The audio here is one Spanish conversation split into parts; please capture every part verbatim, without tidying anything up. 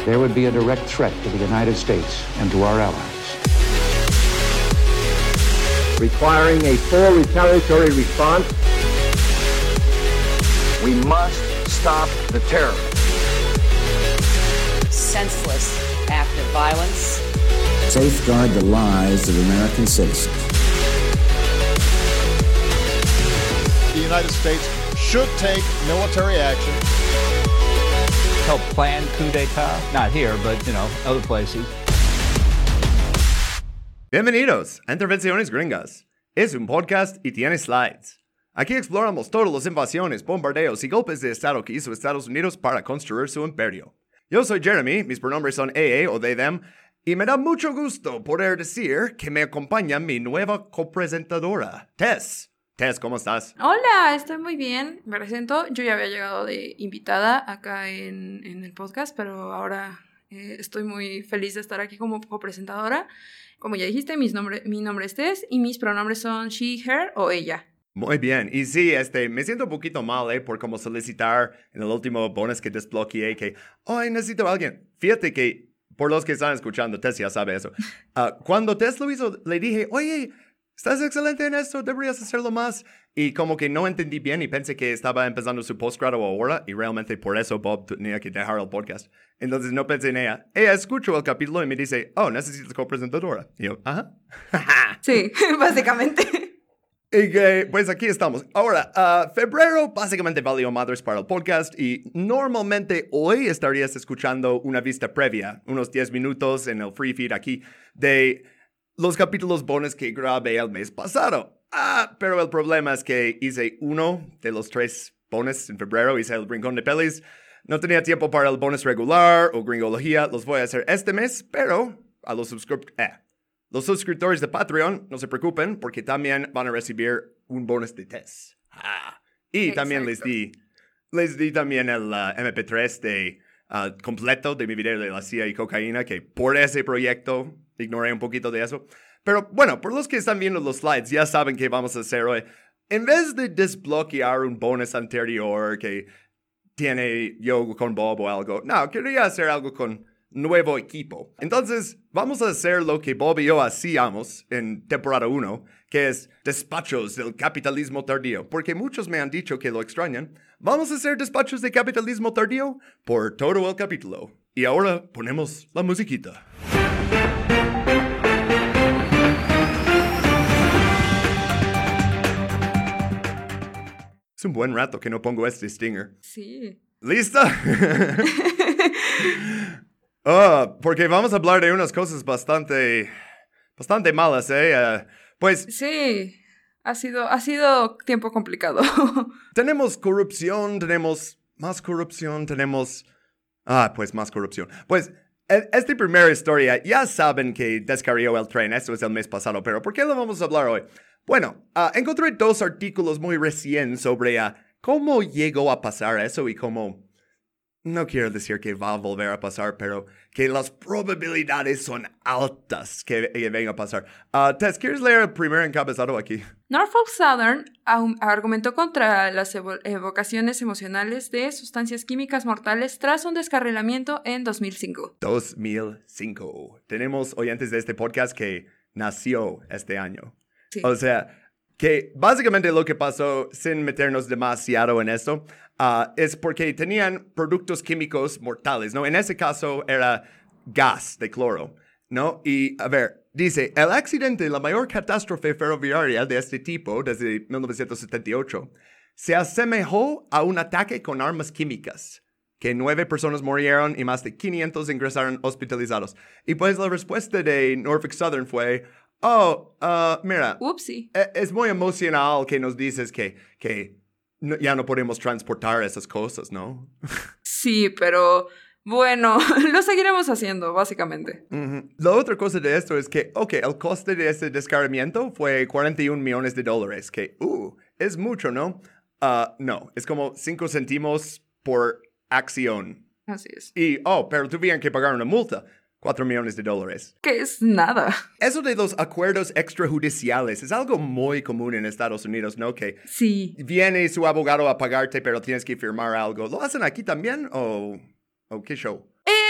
there would be a direct threat to the United States and to our allies. Requiring a full retaliatory response. We must stop the terror. Senseless act of violence. Safeguard the lives of American citizens. The United States should take military action. Help plan coup d'etat, not here, but, you know, other places. Bienvenidos a Intervenciones Gringas. Es un podcast y tiene slides. Aquí exploramos todas las invasiones, bombardeos y golpes de Estado que hizo Estados Unidos para construir su imperio. Yo soy Jeremy, mis pronombres son ella o they, them, y me da mucho gusto poder decir que me acompaña mi nueva copresentadora, Tess. Tess, ¿cómo estás? Hola, estoy muy bien. Me presento. Yo ya había llegado de invitada acá en, en el podcast, pero ahora eh, estoy muy feliz de estar aquí como copresentadora. Como ya dijiste, mis nombre, mi nombre es Tess y mis pronombres son she, her o ella. Muy bien. Y sí, este, me siento un poquito mal, ¿eh? Por como solicitar en el último bonus que desbloqueé que, ay, necesito a alguien. Fíjate que, por los que están escuchando, Tess ya sabe eso. Uh, cuando Tess lo hizo, le dije, oye, estás excelente en esto, deberías hacerlo más. Y como que no entendí bien y pensé que estaba empezando su postgrado ahora y realmente por eso Bob tenía que dejar el podcast. Entonces no pensé en ella. Ella escuchó el capítulo y me dice, oh, necesitas copresentadora. Y yo, ajá. Sí, básicamente. Y que, pues aquí estamos. Ahora, uh, febrero básicamente valió madres para el podcast y normalmente hoy estarías escuchando una vista previa, unos diez minutos en el free feed aquí, de los capítulos bonus que grabé el mes pasado. Ah, pero el problema es que hice uno de los tres bonus en febrero, hice el Rincón de Pelis. No tenía tiempo para el bonus regular o gringología, los voy a hacer este mes, pero a los suscriptores... Eh. Los suscriptores de Patreon, no se preocupen, porque también van a recibir un bonus de Tess. Ah. Y Exacto. también les di, les di también el uh, eme pe tres de, uh, completo de mi video de la C I A y cocaína, que por ese proyecto ignoré un poquito de eso. Pero bueno, por los que están viendo los slides, ya saben qué vamos a hacer hoy. En vez de desbloquear un bonus anterior que tiene yo con Bob o algo, no, quería hacer algo con nuevo equipo. Entonces, vamos a hacer lo que Bob y yo hacíamos en temporada uno, que es despachos del capitalismo tardío, porque muchos me han dicho que lo extrañan. Vamos a hacer despachos de capitalismo tardío por todo el capítulo. Y ahora ponemos la musiquita. Es un buen rato que no pongo este stinger. Sí. ¿Lista? Oh, porque vamos a hablar de unas cosas bastante, bastante malas, ¿eh? Uh, pues... Sí, ha sido, ha sido tiempo complicado. Tenemos corrupción, tenemos más corrupción, tenemos... Ah, pues más corrupción. Pues, esta primera historia, ya saben que descarrió el tren, esto es el mes pasado, pero ¿por qué lo vamos a hablar hoy? Bueno, uh, encontré dos artículos muy recién sobre uh, cómo llegó a pasar eso y cómo... No quiero decir que va a volver a pasar, pero que las probabilidades son altas que, que venga a pasar. Uh, Tess, ¿quieres leer el primer encabezado aquí? Norfolk Southern argumentó contra las evo- evocaciones emocionales de sustancias químicas mortales tras un descarrilamiento en dos mil cinco. dos mil cinco. Tenemos oyentes de este podcast que nació este año. Sí. O sea, que básicamente lo que pasó, sin meternos demasiado en esto, uh, es porque tenían productos químicos mortales, ¿no? En ese caso era gas de cloro, ¿no? Y, a ver, dice, el accidente, la mayor catástrofe ferroviaria de este tipo desde mil novecientos setenta y ocho, se asemejó a un ataque con armas químicas, que nueve personas murieron y más de quinientos ingresaron hospitalizados. Y pues la respuesta de Norfolk Southern fue... Oh, uh, mira, Upsi. es muy emocional que nos dices que, que no, ya no podemos transportar esas cosas, ¿no? Sí, pero bueno, lo seguiremos haciendo, básicamente. Uh-huh. La otra cosa de esto es que, ok, el coste de este descargamiento fue cuarenta y un millones de dólares, que, uh, es mucho, ¿no? Uh, no, es como cinco céntimos por acción. Así es. Y, oh, pero tuvieron que pagar una multa. Cuatro millones de dólares. Que es nada. Eso de los acuerdos extrajudiciales es algo muy común en Estados Unidos, ¿no? Que sí. Viene su abogado a pagarte, pero tienes que firmar algo. ¿Lo hacen aquí también o, o qué show? Eh, es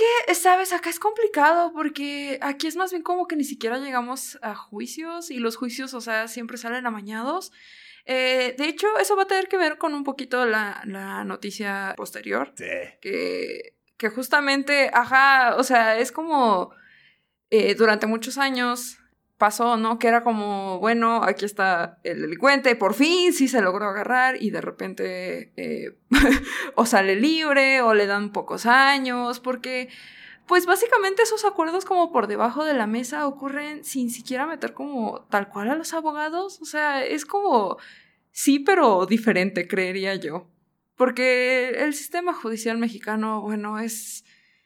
que, ¿sabes? Acá es complicado porque aquí es más bien como que ni siquiera llegamos a juicios y los juicios, o sea, siempre salen amañados. Eh, de hecho, eso va a tener que ver con un poquito la, la noticia posterior. Sí. Que, que justamente, ajá, o sea, es como eh, durante muchos años pasó, ¿no? Que era como, bueno, aquí está el delincuente, por fin sí se logró agarrar y de repente eh, o sale libre o le dan pocos años, porque pues básicamente esos acuerdos como por debajo de la mesa ocurren sin siquiera meter como tal cual a los abogados. O sea, es como sí, pero diferente, creería yo. Porque el sistema judicial mexicano, bueno, es...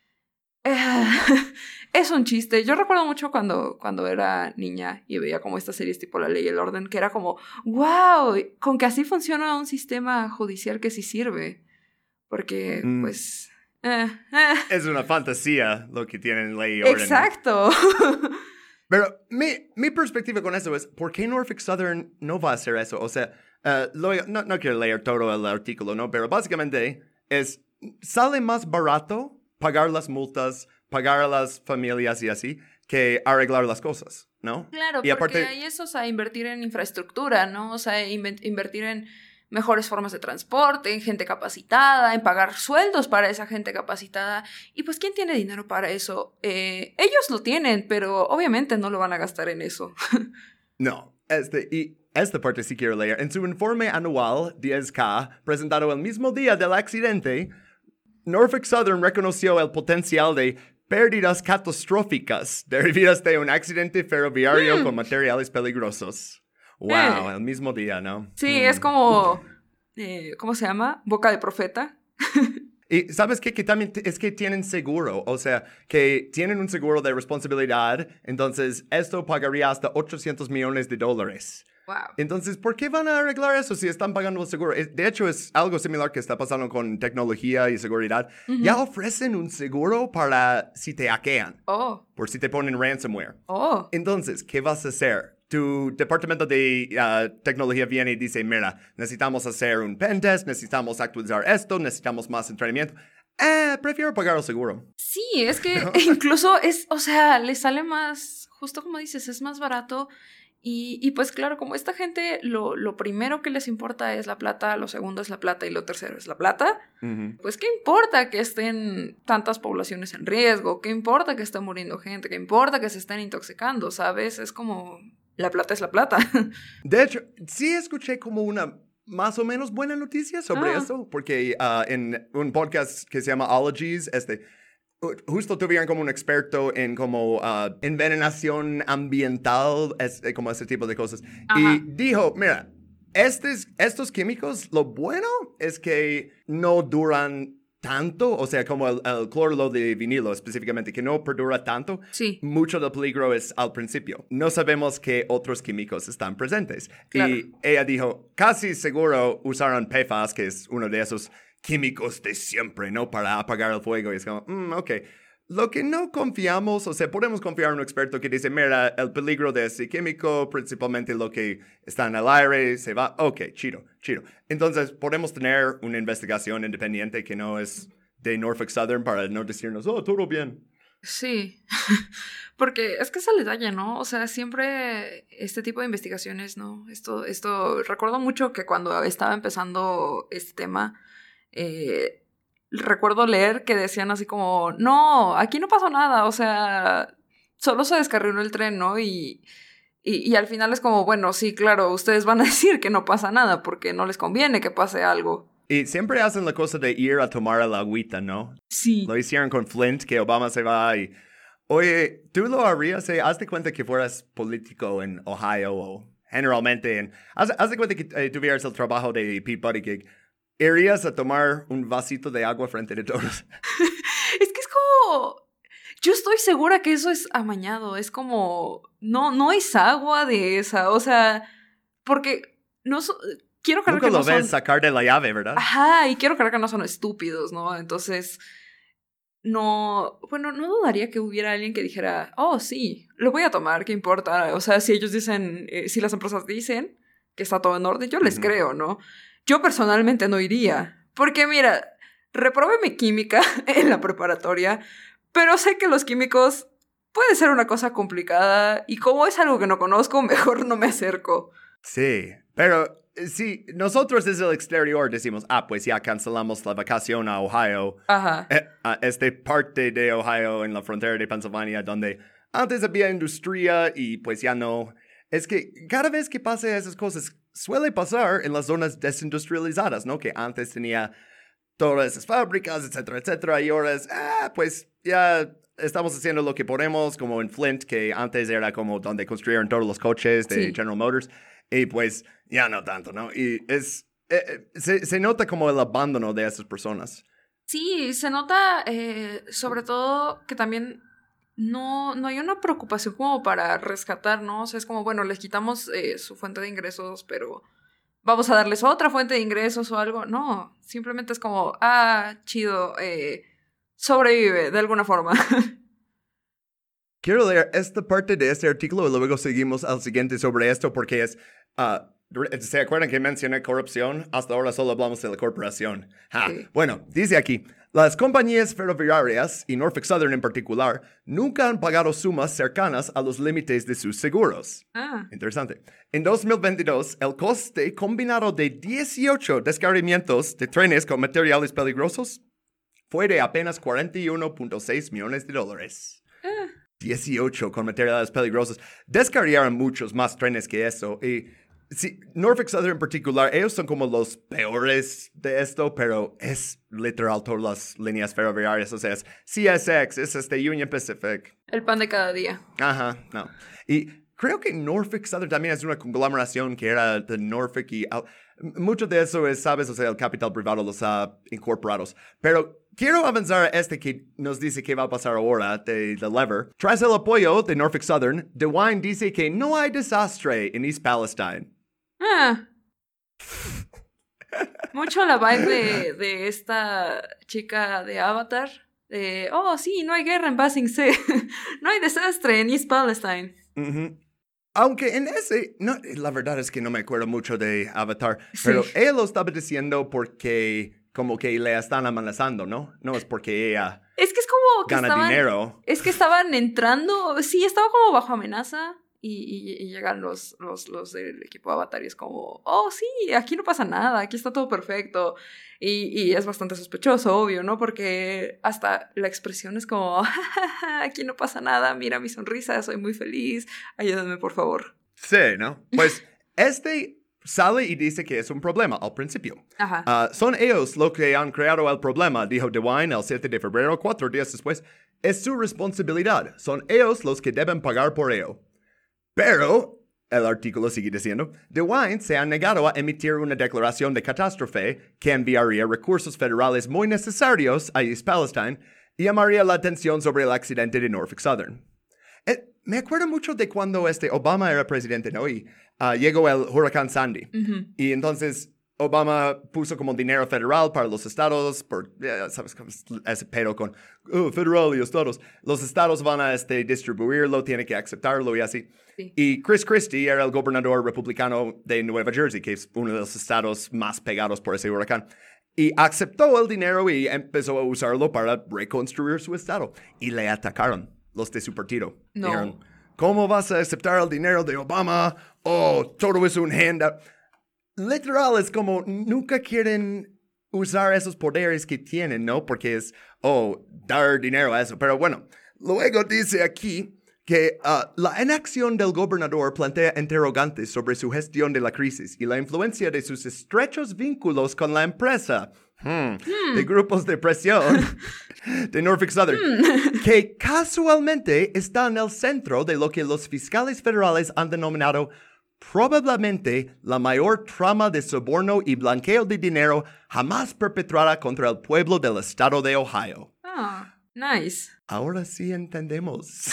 Eh, es un chiste. Yo recuerdo mucho cuando, cuando era niña y veía como estas series tipo La Ley y el Orden, que era como, wow, con que así funciona un sistema judicial que sí sirve. Porque, mm. pues... Eh, eh. Es una fantasía lo que tienen Ley y Orden. Exacto. Pero mi, mi perspectiva con eso es, ¿por qué Norfolk Southern no va a hacer eso? O sea, uh, lo, no, no quiero leer todo el artículo, ¿no? Pero básicamente es, sale más barato pagar las multas, pagar a las familias y así, que arreglar las cosas, ¿no? Claro, y porque aparte, hay eso, o sea, invertir en infraestructura, ¿no? O sea, in- invertir en mejores formas de transporte, en gente capacitada, en pagar sueldos para esa gente capacitada. Y pues, ¿quién tiene dinero para eso? Eh, ellos lo tienen, pero obviamente no lo van a gastar en eso. No, este, y esta parte sí quiero leer. En su informe anual diez K, presentado el mismo día del accidente, Norfolk Southern reconoció el potencial de pérdidas catastróficas derivadas de un accidente ferroviario mm. con materiales peligrosos. Wow, eh. el mismo día, ¿no? Sí, mm. es como, eh, ¿cómo se llama? Boca de profeta. Y ¿sabes qué? Que también t- es que tienen seguro, o sea, que tienen un seguro de responsabilidad, entonces esto pagaría hasta ochocientos millones de dólares. Wow. Entonces, ¿por qué van a arreglar eso si están pagando el seguro? De hecho, es algo similar que está pasando con tecnología y seguridad. Uh-huh. Ya ofrecen un seguro para si te hackean. Oh. Por si te ponen ransomware. Oh. Entonces, ¿qué vas a hacer? Tu departamento de uh, tecnología viene y dice, mira, necesitamos hacer un pentest, necesitamos actualizar esto, necesitamos más entrenamiento. Eh, prefiero pagar el seguro. Sí, es que ¿no? incluso es, o sea, le sale más, justo como dices, es más barato. Y, y pues claro, como esta gente, lo, lo primero que les importa es la plata, lo segundo es la plata y lo tercero es la plata, uh-huh. pues ¿qué importa que estén tantas poblaciones en riesgo? ¿Qué importa que esté muriendo gente? ¿Qué importa que se estén intoxicando? ¿Sabes? Es como, la plata es la plata. De hecho, sí escuché como una más o menos buena noticia sobre ah. eso, porque uh, en un podcast que se llama Ologies, este... justo tuvieron como un experto en como uh, envenenación ambiental, es, como ese tipo de cosas. Ajá. Y dijo, mira, estos, estos químicos, lo bueno es que no duran tanto, o sea, como el, el cloruro de vinilo específicamente, que no perdura tanto. Sí. Mucho del peligro es al principio. No sabemos qué otros químicos están presentes. Claro. Y ella dijo, casi seguro usaron P F A S, que es uno de esos químicos de siempre, ¿no? Para apagar el fuego. Y es como, mm, ok. Lo que no confiamos, o sea, podemos confiar en un experto que dice, mira, el peligro de ese químico, principalmente lo que está en el aire, se va. Ok, chido, chido. Entonces, podemos tener una investigación independiente que no es de Norfolk Southern para no decirnos, oh, todo bien. Sí, porque es que es el detalle, ¿no? O sea, siempre este tipo de investigaciones, ¿no? Esto, esto, recuerdo mucho que cuando estaba empezando este tema, Eh, recuerdo leer que decían así como, no, aquí no pasó nada, o sea, solo se descarriló el tren, ¿no? Y, y, y al final es como, bueno, sí, claro, ustedes van a decir que no pasa nada porque no les conviene que pase algo. Y siempre hacen la cosa de ir a tomar el agüita, ¿no? Sí. Lo hicieron con Flint, que Obama se va y, oye, ¿tú lo harías? Eh? Hazte cuenta que fueras político en Ohio o generalmente en... Haz, hazte cuenta que eh, tuvieras el trabajo de Pete Buttigieg. ¿Irías a tomar un vasito de agua frente de todos? Es que es como... Yo estoy segura que eso es amañado. Es como... No, no es agua de esa. O sea... Porque... no so, quiero creer Nunca que lo no ves son... sacar de la llave, ¿verdad? Ajá, y quiero creer que no son estúpidos, ¿no? Entonces... No... Bueno, no dudaría que hubiera alguien que dijera... Oh, sí, lo voy a tomar, ¿qué importa? O sea, si ellos dicen... Eh, si las empresas dicen que está todo en orden, yo les uh-huh. creo, ¿no? Yo personalmente no iría, porque mira, reprobé mi química en la preparatoria pero sé que los químicos puede ser una cosa complicada y como es algo que no conozco, mejor no me acerco. Sí, pero si nosotros desde el exterior decimos, ah, pues ya cancelamos la vacación a Ohio, Ajá. eh, a este parte de Ohio en la frontera de Pensilvania donde antes había industria y pues ya no. Es que cada vez que pasa esas cosas, suele pasar en las zonas desindustrializadas, ¿no? Que antes tenía todas esas fábricas, etcétera, etcétera, y ahora es, ah, pues ya estamos haciendo lo que podemos, como en Flint, que antes era como donde construyeron todos los coches de Sí. General Motors, y pues ya no tanto, ¿no? Y es, eh, se, se nota como el abandono de esas personas. Sí, se nota eh, sobre todo que también no, no hay una preocupación como para rescatar, ¿no? O sea, es como, bueno, les quitamos eh, su fuente de ingresos, pero vamos a darles otra fuente de ingresos o algo. No, simplemente es como, ah, chido, eh, sobrevive de alguna forma. Quiero leer esta parte de este artículo y luego seguimos al siguiente sobre esto porque es... Uh, ¿se acuerdan que mencioné corrupción? Hasta ahora solo hablamos de la corporación. Ah, Sí. Bueno, dice aquí, las compañías ferroviarias, y Norfolk Southern en particular, nunca han pagado sumas cercanas a los límites de sus seguros. Ah, Interesante. En dos mil veintidós, el coste combinado de dieciocho descarrimientos de trenes con materiales peligrosos fue de apenas cuarenta y uno punto seis millones de dólares. ah. dieciocho con materiales peligrosos. Descarriaron muchos más trenes que eso. Y sí, Norfolk Southern en particular, ellos son como los peores de esto, pero es literal todas las líneas ferroviarias. O sea, es C S X, es este Union Pacific. El pan de cada día. Ajá, no. Y creo que Norfolk Southern también es una conglomeración que era de Norfolk y... Uh, mucho de eso es, sabes, o sea, el capital privado los ha incorporados. Pero quiero avanzar a este que nos dice qué va a pasar ahora de The Lever. Tras el apoyo de Norfolk Southern, DeWine dice que no hay desastre en East Palestine. Ah. Mucho la vibe de, de esta chica de Avatar. De, oh, sí, no hay guerra en Ba Sing Se. No hay desastre en East Palestine. Uh-huh. Aunque en ese, no, la verdad es que no me acuerdo mucho de Avatar, Sí. pero ella lo estaba diciendo porque como que le están amenazando, ¿no? No es porque ella Es que es como que gana estaban, dinero. Es que estaban entrando. Sí, estaba como bajo amenaza. Y, y, y llegan los, los, los del equipo Avatar y es como, oh, sí, aquí no pasa nada, aquí está todo perfecto. Y, y es bastante sospechoso, obvio, ¿no? Porque hasta la expresión es como, ja, ja, ja, aquí no pasa nada, mira mi sonrisa, soy muy feliz, ayúdame, por favor. Sí, ¿no? Pues este sale y dice que es un problema al principio. Ajá. Uh, son ellos los que han creado el problema, dijo DeWine el siete de febrero, cuatro días después. Es su responsabilidad. Son ellos los que deben pagar por ello. Pero, el artículo sigue diciendo, DeWine se ha negado a emitir una declaración de catástrofe que enviaría recursos federales muy necesarios a East Palestine y llamaría la atención sobre el accidente de Norfolk Southern. Eh, me acuerdo mucho de cuando este Obama era presidente, ¿no? Y uh, llegó el huracán Sandy. Uh-huh. Y entonces Obama puso como dinero federal para los estados, por, eh, ¿sabes cómo es ese pedo con uh, federal y estados? Los estados van a este, distribuirlo, tienen que aceptarlo y así. Sí. Y Chris Christie era el gobernador republicano de Nueva Jersey, que es uno de los estados más pegados por ese huracán. Y aceptó el dinero y empezó a usarlo para reconstruir su estado. Y le atacaron los de su partido. No. Dijeron, ¿cómo vas a aceptar el dinero de Obama? Oh, todo es un handout. Literal, es como nunca quieren usar esos poderes que tienen, ¿no? Porque es, oh, dar dinero a eso. Pero bueno, luego dice aquí que uh, la inacción del gobernador plantea interrogantes sobre su gestión de la crisis y la influencia de sus estrechos vínculos con la empresa hmm, hmm. de grupos de presión de Norfolk Southern, hmm. que casualmente está en el centro de lo que los fiscales federales han denominado probablemente la mayor trama de soborno y blanqueo de dinero jamás perpetrada contra el pueblo del estado de Ohio. Ah. Nice. Ahora sí entendemos.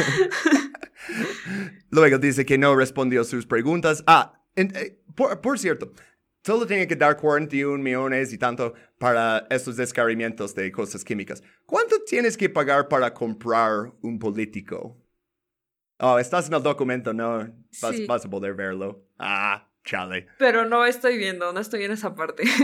Luego dice que no respondió sus preguntas. Ah, en, eh, por, por cierto, solo tiene que dar cuarenta y un millones y tanto para estos descarrimientos de cosas químicas. ¿Cuánto tienes que pagar para comprar un político? Oh, estás en el documento, ¿no? Vas, sí. vas a poder verlo. Ah, chale. Pero no estoy viendo, no estoy en esa parte.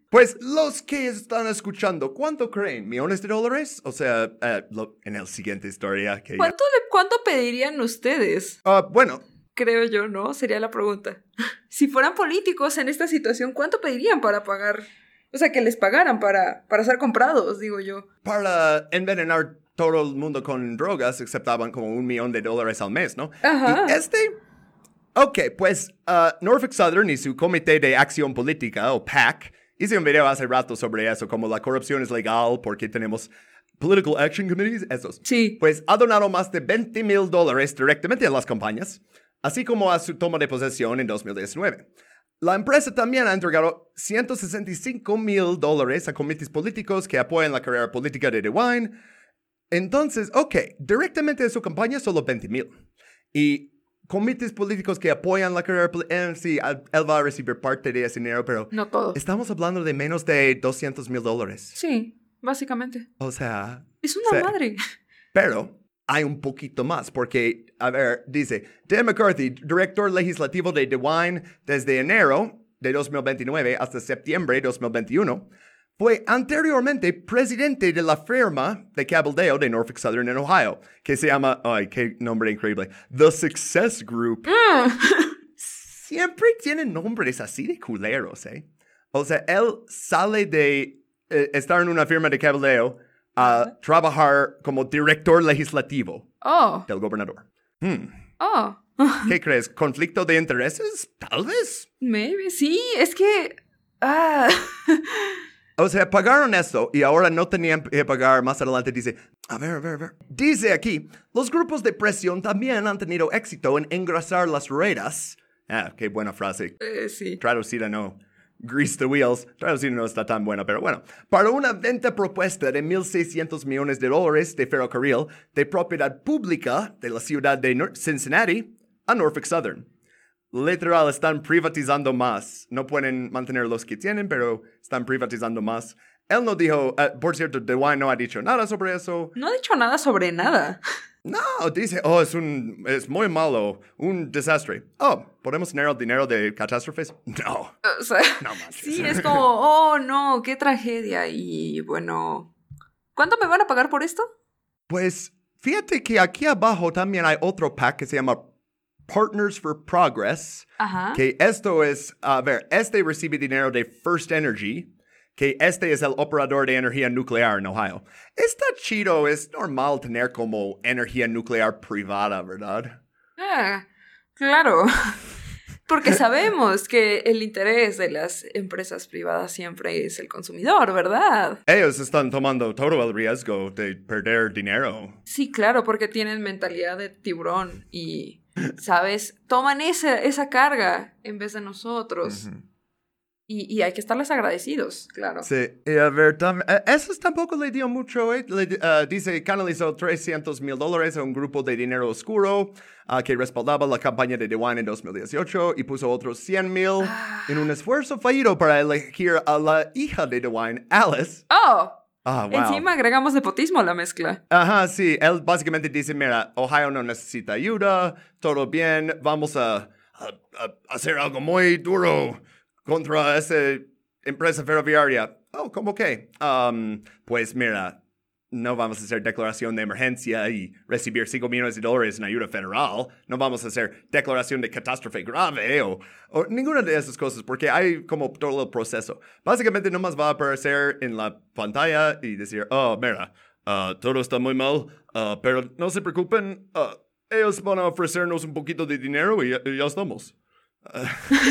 Pues los que están escuchando, ¿cuánto creen? ¿Millones de dólares? O sea, uh, lo, en la siguiente historia que... ¿Cuánto, le, ¿Cuánto pedirían ustedes? Uh, bueno... Creo yo, ¿no? Sería la pregunta. Si fueran políticos en esta situación, ¿cuánto pedirían para pagar? O sea, que les pagaran para, para ser comprados, digo yo. Para envenenar todo el mundo con drogas, aceptaban como un millón de dólares al mes, ¿no? Ajá. Y este... Ok, pues uh, Norfolk Southern y su Comité de Acción Política, o PAC, hice un video hace rato sobre eso, como la corrupción es legal porque tenemos Political Action Committees, esos. Sí. Pues ha donado más de veinte mil dólares directamente a las campañas, así como a su toma de posesión en dos mil diecinueve. La empresa también ha entregado ciento sesenta y cinco mil dólares a comités políticos que apoyan la carrera política de DeWine. Entonces, ok, directamente de su campaña solo veinte mil. Y comités políticos que apoyan la carrera política, eh, sí, él va a recibir parte de ese dinero, pero... No todo. Estamos hablando de menos de doscientos mil dólares. Sí, básicamente. O sea... Es una sí. madre. Pero... hay un poquito más, porque, a ver, dice, Dan McCarthy, director legislativo de DeWine desde enero de dos mil veintinueve hasta septiembre de dos mil veintiuno, fue anteriormente presidente de la firma de cabildeo de Norfolk Southern en Ohio, que se llama, ay, qué nombre increíble, The Success Group. Mm. Siempre tienen nombres así de culeros, ¿eh? O sea, él sale de eh, estar en una firma de cabildeo a uh, trabajar como director legislativo oh. del gobernador. Hmm. Oh. ¿Qué crees? ¿Conflicto de intereses? Tal vez. Maybe, sí, es que... Ah. O sea, pagaron esto y ahora no tenían que pagar más adelante. Dice, a ver, a ver, a ver. Dice aquí, los grupos de presión también han tenido éxito en engrasar las ruedas. Ah, qué buena frase. Eh, sí. Traducida no. Grease the wheels. Traducida no está tan buena, pero bueno. Para una venta propuesta de mil seiscientos millones de dólares de ferrocarril de propiedad pública de la ciudad de Nor- Cincinnati a Norfolk Southern. Literal, están privatizando más. No pueden mantener los que tienen, pero están privatizando más. Él no dijo, uh, por cierto, DeWine no ha dicho nada sobre eso. No ha dicho nada sobre nada. No, dice, oh, es un, es muy malo, un desastre. Oh, ¿podemos tener el dinero de catástrofes? No. O sea, no manches. Sí, es como, oh, no, qué tragedia. Y bueno, ¿cuánto me van a pagar por esto? Pues, fíjate que aquí abajo también hay otro pack que se llama Partners for Progress. Ajá. Que esto es, a ver, este recibe dinero de First Energy, que este es el operador de energía nuclear en Ohio. Está chido, es normal tener como energía nuclear privada, ¿verdad? Ah, claro. Porque sabemos que el interés de las empresas privadas siempre es el consumidor, ¿verdad? Ellos están tomando todo el riesgo de perder dinero. Sí, claro, porque tienen mentalidad de tiburón y, ¿sabes? Toman esa, esa carga en vez de nosotros. Uh-huh. Y, y hay que estarles agradecidos, claro. Sí, y a ver, tam, uh, eso tampoco le dio mucho, eh. le, uh, dice, canalizó trescientos mil dólares a un grupo de dinero oscuro uh, que respaldaba la campaña de DeWine en dos mil dieciocho y puso otros cien mil ah. en un esfuerzo fallido para elegir a la hija de DeWine, Alice. ¡Oh! Ah, wow. Encima agregamos nepotismo a la mezcla. Ajá, sí, él básicamente dice, mira, Ohio no necesita ayuda, todo bien, vamos a, a, a hacer algo muy duro contra esa empresa ferroviaria. Oh, ¿cómo qué? Um, pues mira, no vamos a hacer declaración de emergencia y recibir cinco millones de dólares en ayuda federal. No vamos a hacer declaración de catástrofe grave o, o ninguna de esas cosas porque hay como todo el proceso. Básicamente nomás va a aparecer en la pantalla y decir, oh, mira, uh, todo está muy mal, uh, pero no se preocupen, uh, ellos van a ofrecernos un poquito de dinero y, y ya estamos. Uh,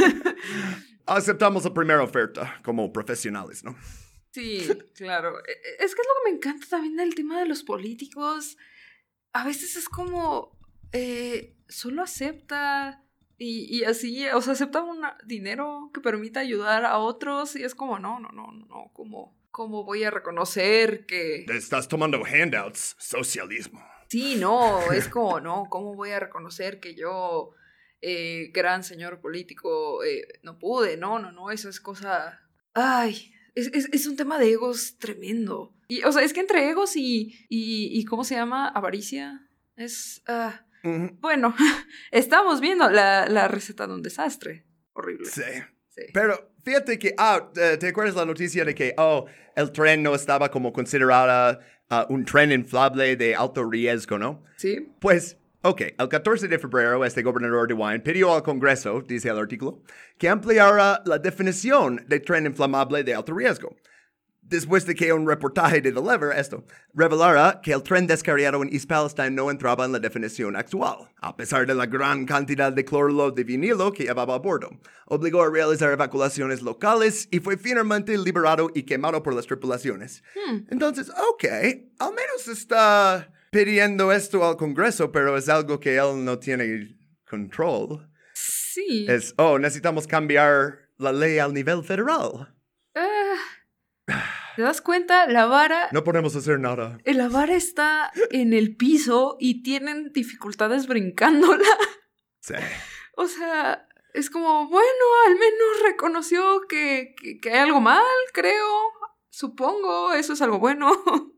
Aceptamos la primera oferta como profesionales, ¿no? Sí, claro. Es que es lo que me encanta también del tema de los políticos. A veces es como, eh, solo acepta y, y así, o sea, acepta un dinero que permita ayudar a otros y es como, no, no, no, no, ¿cómo, cómo voy a reconocer que... Estás tomando handouts, socialismo. Sí, no, es como, no, ¿cómo voy a reconocer que yo... Eh, gran señor político, eh, no pude, no, no, no, eso es cosa... Ay, es, es, es un tema de egos tremendo. Y, o sea, es que entre egos y, y, y ¿cómo se llama? Avaricia, es... Uh, uh-huh. Bueno, estamos viendo la, la receta de un desastre. Horrible. Sí. Sí. Pero fíjate que, ah, ¿te acuerdas la noticia de que, oh, el tren no estaba como considerada uh, un tren inflable de alto riesgo, ¿no? Sí. Pues, ok, el catorce de febrero, este gobernador de Wine pidió al Congreso, dice el artículo, que ampliara la definición de tren inflamable de alto riesgo. Después de que un reportaje de The Lever, esto, revelara que el tren descarriado en East Palestine no entraba en la definición actual, a pesar de la gran cantidad de cloruro de vinilo que llevaba a bordo. Obligó a realizar evacuaciones locales y fue finalmente liberado y quemado por las tripulaciones. Hmm. Entonces, ok, al menos está pidiendo esto al Congreso, pero es algo que él no tiene control. Sí. Es, oh, necesitamos cambiar la ley al nivel federal. Uh... ¿Te das cuenta? La vara... No podemos hacer nada. La vara está en el piso y tienen dificultades brincándola. Sí. O sea, es como, bueno, al menos reconoció que, que, que hay algo mal, creo. Supongo, eso es algo bueno.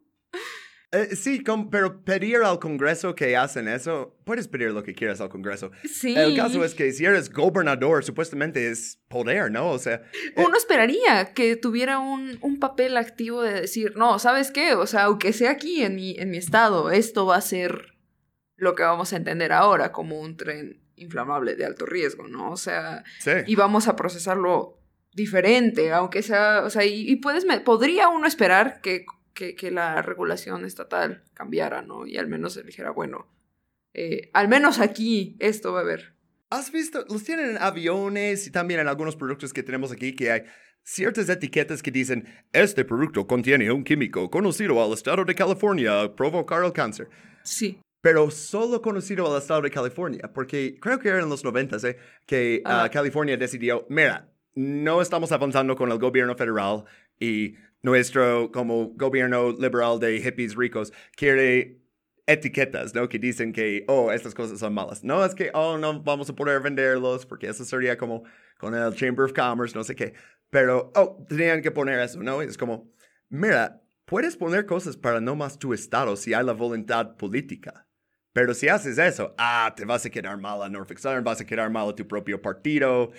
Eh, sí, com- pero pedir al Congreso que hacen eso, puedes pedir lo que quieras al Congreso. Sí. El caso es que si eres gobernador, supuestamente es poder, ¿no? O sea... Eh, Uno esperaría que tuviera un, un papel activo de decir, no, ¿sabes qué? O sea, aunque sea aquí en mi, en mi estado, esto va a ser lo que vamos a entender ahora como un tren inflamable de alto riesgo, ¿no? O sea, sí. Y vamos a procesarlo diferente, aunque sea, o sea, y, y puedes, podría uno esperar que... Que, que la regulación estatal cambiara, ¿no? Y al menos se dijera, bueno, eh, al menos aquí esto va a haber. ¿Has visto? Los tienen en aviones y también en algunos productos que tenemos aquí que hay ciertas etiquetas que dicen este producto contiene un químico conocido al estado de California a provocar el cáncer. Sí. Pero solo conocido al estado de California, porque creo que era en los noventas, ¿eh? Que uh, California decidió, mira, no estamos avanzando con el gobierno federal y nuestro como gobierno liberal de hippies ricos quiere etiquetas, ¿no? Que dicen que, oh, estas cosas son malas. No es que, oh, no vamos a poder venderlos porque eso sería como con el Chamber of Commerce, no sé qué. Pero, oh, tenían que poner eso, ¿no? Es como, mira, puedes poner cosas para no más tu estado si hay la voluntad política. Pero si haces eso, ah, te vas a quedar mal a Norfolk Southern, vas a quedar mal a tu propio partido.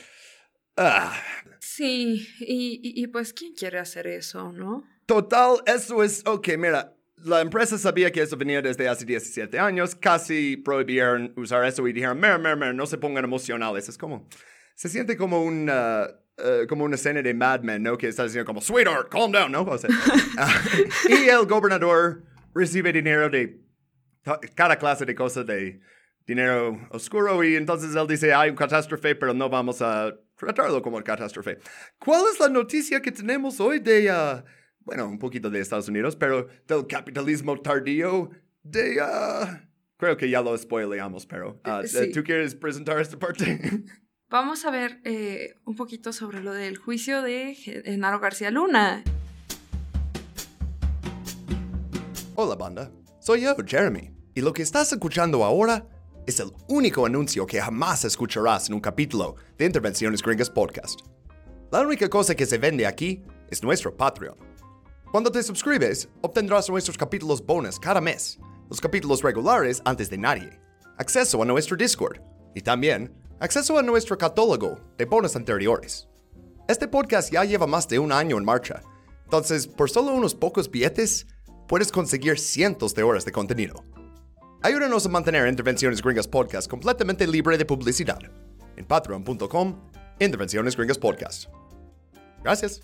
Ah. Sí, y, y, y pues, ¿quién quiere hacer eso, no? Total, eso es, ok, mira, la empresa sabía que eso venía desde hace diecisiete años, casi prohibieron usar eso y dijeron, mira, mira, mira, no se pongan emocionales, es como, se siente como un, uh, uh, como una escena de Mad Men, ¿no? Que está diciendo como, sweetheart, calm down, ¿no? O sea, uh, y el gobernador recibe dinero de cada clase de cosas, de dinero oscuro, y entonces él dice, hay un catástrofe, pero no vamos a tratarlo como catástrofe. ¿Cuál es la noticia que tenemos hoy de, uh, bueno, un poquito de Estados Unidos, pero del capitalismo tardío de, uh, creo que ya lo spoileamos, pero, uh, sí. ¿tú quieres presentar esta parte? Vamos a ver eh, un poquito sobre lo del juicio de Genaro García Luna. Hola, banda. Soy yo, Jeremy, y lo que estás escuchando ahora es el único anuncio que jamás escucharás en un capítulo de Intervenciones Gringas Podcast. La única cosa que se vende aquí es nuestro Patreon. Cuando te suscribes, obtendrás nuestros capítulos bonus cada mes, los capítulos regulares antes de nadie, acceso a nuestro Discord y también acceso a nuestro catálogo de bonus anteriores. Este podcast ya lleva más de un año en marcha, entonces por solo unos pocos billetes puedes conseguir cientos de horas de contenido. Ayúdanos a mantener Intervenciones Gringas Podcast completamente libre de publicidad en patreon punto com, Intervenciones Gringas Podcast. Gracias.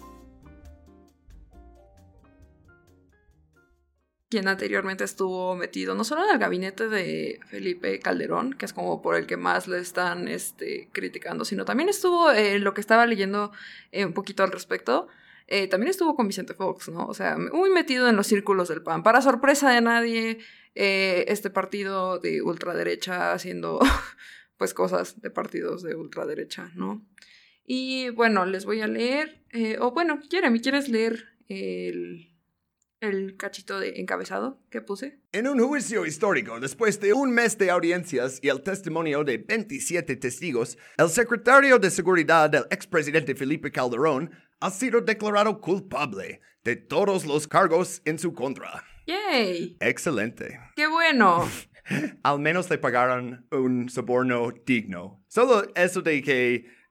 Quien anteriormente estuvo metido no solo en el gabinete de Felipe Calderón, que es como por el que más le están este, criticando, sino también estuvo en eh, lo que estaba leyendo eh, un poquito al respecto. Eh, también estuvo con Vicente Fox, ¿no? O sea, muy metido en los círculos del P A N. Para sorpresa de nadie, eh, este partido de ultraderecha haciendo, pues, cosas de partidos de ultraderecha, ¿no? Y, bueno, les voy a leer, eh, o bueno, Jeremy, ¿quieres leer el, el cachito de encabezado que puse? En un juicio histórico, después de un mes de audiencias y el testimonio de veintisiete testigos, el secretario de Seguridad del expresidente Felipe Calderón ha sido declarado culpable de todos los cargos en su contra. ¡Yay! Excelente. ¡Qué bueno! Al menos le pagaron un soborno digno. Solo eso de que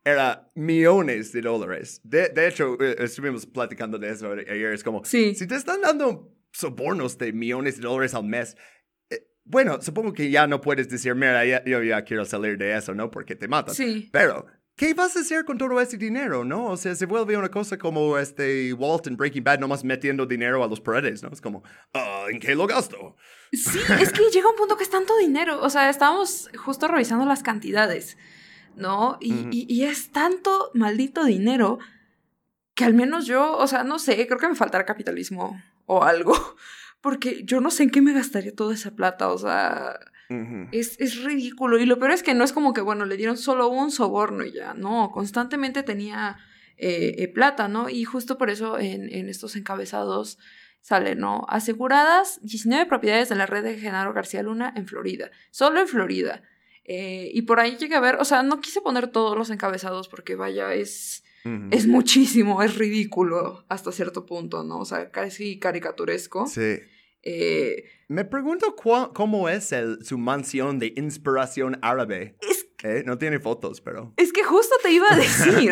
era millones de dólares. De, de hecho, eh, estuvimos platicando de eso ayer. Es como, sí. si te están dando sobornos de millones de dólares al mes, eh, bueno, supongo que ya no puedes decir, mira, ya, yo ya quiero salir de eso, ¿no? Porque te matan. Sí. Pero, ¿qué vas a hacer con todo ese dinero, no? O sea, se vuelve una cosa como este Walt en Breaking Bad nomás metiendo dinero a los paredes, ¿no? Es como, uh, ¿en qué lo gasto? Sí, es que llega un punto que es tanto dinero. O sea, estábamos justo revisando las cantidades, ¿no? Y, uh-huh. y, y es tanto maldito dinero que al menos yo, o sea, no sé, creo que me faltará capitalismo o algo. Porque yo no sé en qué me gastaría toda esa plata, o sea... Uh-huh. Es, es ridículo. Y lo peor es que no es como que, bueno, le dieron solo un soborno y ya, no, constantemente tenía eh, eh, plata, ¿no? Y justo por eso en, en estos encabezados sale, ¿no? Aseguradas diecinueve propiedades de la red de Genaro García Luna en Florida, solo en Florida. Eh, y por ahí llegué a ver, o sea, no quise poner todos los encabezados porque vaya, es, uh-huh. es muchísimo, es ridículo hasta cierto punto, ¿no? O sea, casi caricaturesco. Sí. Eh, Me pregunto cu- cómo es el, su mansión de inspiración árabe. Es, eh, no tiene fotos, pero... Es que justo te iba a decir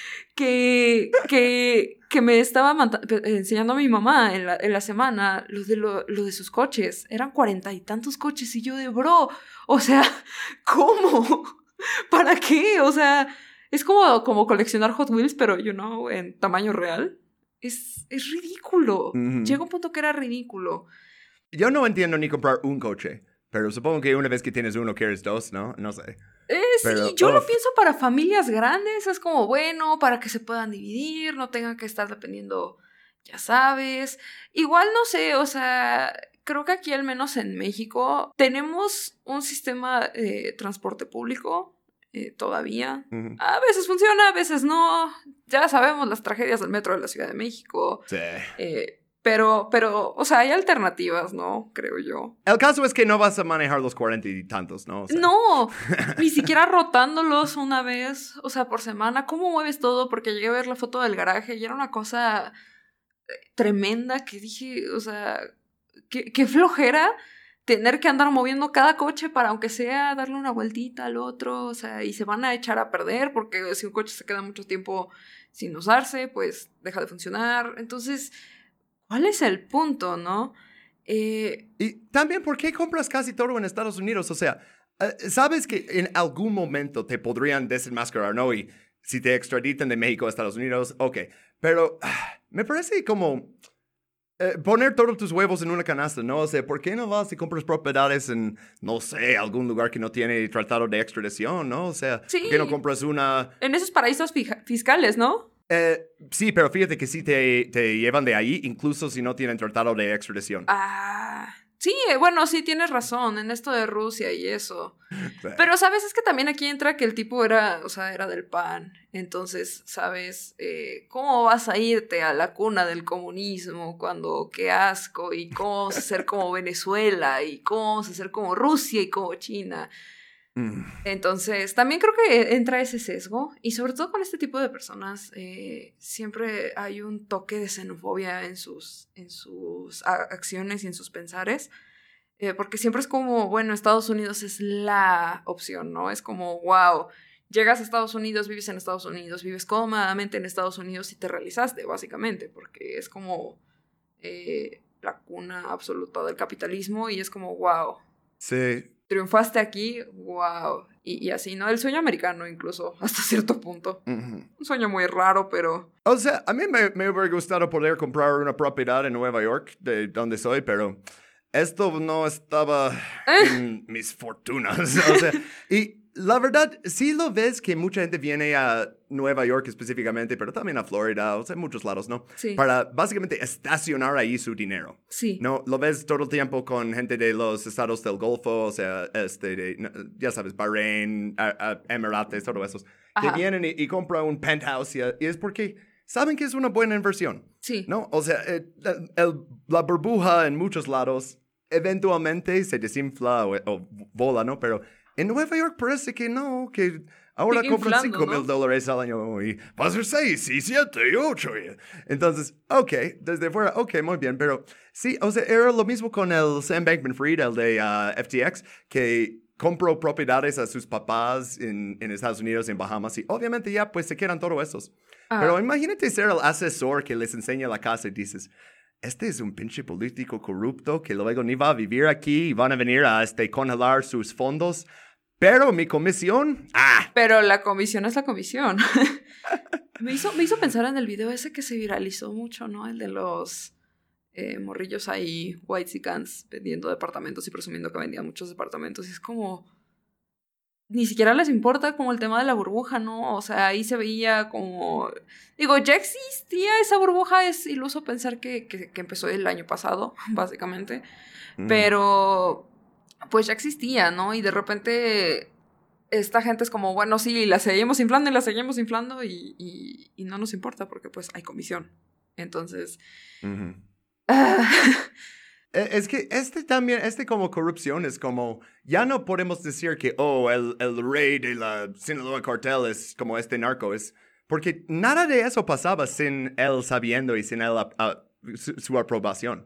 que, que, que me estaba manta- enseñando a mi mamá en la, en la semana lo de, lo, lo de sus coches. Eran cuarenta y tantos coches y yo de bro, o sea, ¿cómo? ¿Para qué? O sea, es como, como coleccionar Hot Wheels, pero, you know, en tamaño real. Es, es ridículo. Uh-huh. Llega un punto que era ridículo. Yo no entiendo ni comprar un coche, pero supongo que una vez que tienes uno quieres dos, ¿no? No sé. Eh, pero, sí, yo oh. lo pienso para familias grandes. Es como, bueno, para que se puedan dividir, no tengan que estar dependiendo, ya sabes. Igual, no sé, o sea, creo que aquí al menos en México tenemos un sistema de transporte público. Eh, todavía. Uh-huh. A veces funciona, a veces no. Ya sabemos las tragedias del metro de la Ciudad de México. Sí. Eh, pero, pero, o sea, hay alternativas, ¿no? Creo yo. El caso es que no vas a manejar los cuarenta y tantos, ¿no? O sea... No, ni siquiera rotándolos una vez, o sea, por semana. ¿Cómo mueves todo? Porque llegué a ver la foto del garaje y era una cosa tremenda que dije, o sea, qué, qué flojera tener que andar moviendo cada coche para, aunque sea, darle una vueltita al otro, o sea, y se van a echar a perder porque si un coche se queda mucho tiempo sin usarse, pues deja de funcionar. Entonces, ¿cuál es el punto, no? Eh... Y también, ¿por qué compras casi todo en Estados Unidos? O sea, uh, sabes que en algún momento te podrían desenmascarar, ¿no? Y si te extraditan de México a Estados Unidos, ok. Pero uh, me parece como... Eh, poner todos tus huevos en una canasta, ¿no? O sea, ¿por qué no vas y compras propiedades en, no sé, algún lugar que no tiene tratado de extradición, ¿no? O sea, sí. ¿por qué no compras una...? En esos paraísos fija- fiscales, ¿no? Eh, sí, pero fíjate que sí te, te llevan de ahí, incluso si no tienen tratado de extradición. Ah... Sí, bueno, sí, tienes razón en esto de Rusia y eso. Sí. Pero, ¿sabes? Es que también aquí entra que el tipo era, o sea, era del P A N. Entonces, ¿sabes? Eh, ¿Cómo vas a irte a la cuna del comunismo cuando qué asco? ¿Y cómo vas a ser como Venezuela? ¿Y cómo vas a ser como Rusia y como China? Mm. Entonces, también creo que entra ese sesgo. Y sobre todo con este tipo de personas, eh, siempre hay un toque de xenofobia en sus, en sus acciones y en sus pensares. Eh, porque siempre es como, bueno, Estados Unidos es la opción, ¿no? Es como, wow, llegas a Estados Unidos, vives en Estados Unidos, vives cómodamente en Estados Unidos y te realizaste, básicamente. Porque es como eh, la cuna absoluta del capitalismo y es como, wow. Sí. Triunfaste aquí, wow. Y, y así, ¿no? El sueño americano incluso, hasta cierto punto. Uh-huh. Un sueño muy raro, pero... O sea, a mí me, me hubiera gustado poder comprar una propiedad en Nueva York, de donde soy, pero esto no estaba en mis fortunas. O sea, y la verdad, sí lo ves que mucha gente viene a Nueva York específicamente, pero también a Florida, o sea, en muchos lados, ¿no? Sí. Para básicamente estacionar ahí su dinero. Sí. No, lo ves todo el tiempo con gente de los estados del Golfo, o sea, este, de, ya sabes, Bahrein, a, a Emirates, todos esos, Ajá. que vienen y, y compran un penthouse y, y es porque saben que es una buena inversión. Sí. ¿No? O sea, el, el, la burbuja en muchos lados eventualmente se desinfla o, o vola, ¿no? Pero en Nueva York parece que no, que ahora Sigue compran inflando, cinco ¿no? mil dólares al año y va a ser seis y siete y ocho. Entonces, ok, desde fuera, ok, muy bien, pero sí, o sea, era lo mismo con el Sam Bankman-Fried, el de uh, F T X, que compró propiedades a sus papás en, en Estados Unidos, en Bahamas, y obviamente ya pues se quedan todos esos. Ah. Pero imagínate ser el asesor que les enseña la casa y dices, este es un pinche político corrupto que luego ni va a vivir aquí y van a venir a este, congelar sus fondos. Pero mi comisión, ¡ah! Pero la comisión es la comisión. me, hizo, me hizo pensar en el video ese que se viralizó mucho, ¿no? El de los eh, morrillos ahí, whitexicans, vendiendo departamentos y presumiendo que vendían muchos departamentos. Y es como... Ni siquiera les importa como el tema de la burbuja, ¿no? O sea, ahí se veía como... Digo, ya existía esa burbuja, es iluso pensar que, que, que empezó el año pasado, básicamente. Mm. Pero... pues ya existía, ¿no? Y de repente esta gente es como, bueno, sí, la seguimos inflando y la seguimos inflando y, y, y no nos importa porque pues hay comisión. Entonces... Uh-huh. uh... Es que este también, este como corrupción es como, ya no podemos decir que, oh, el, el rey de la Sinaloa Cartel es como este narco, es porque nada de eso pasaba sin él sabiendo y sin él uh, uh, su, su aprobación.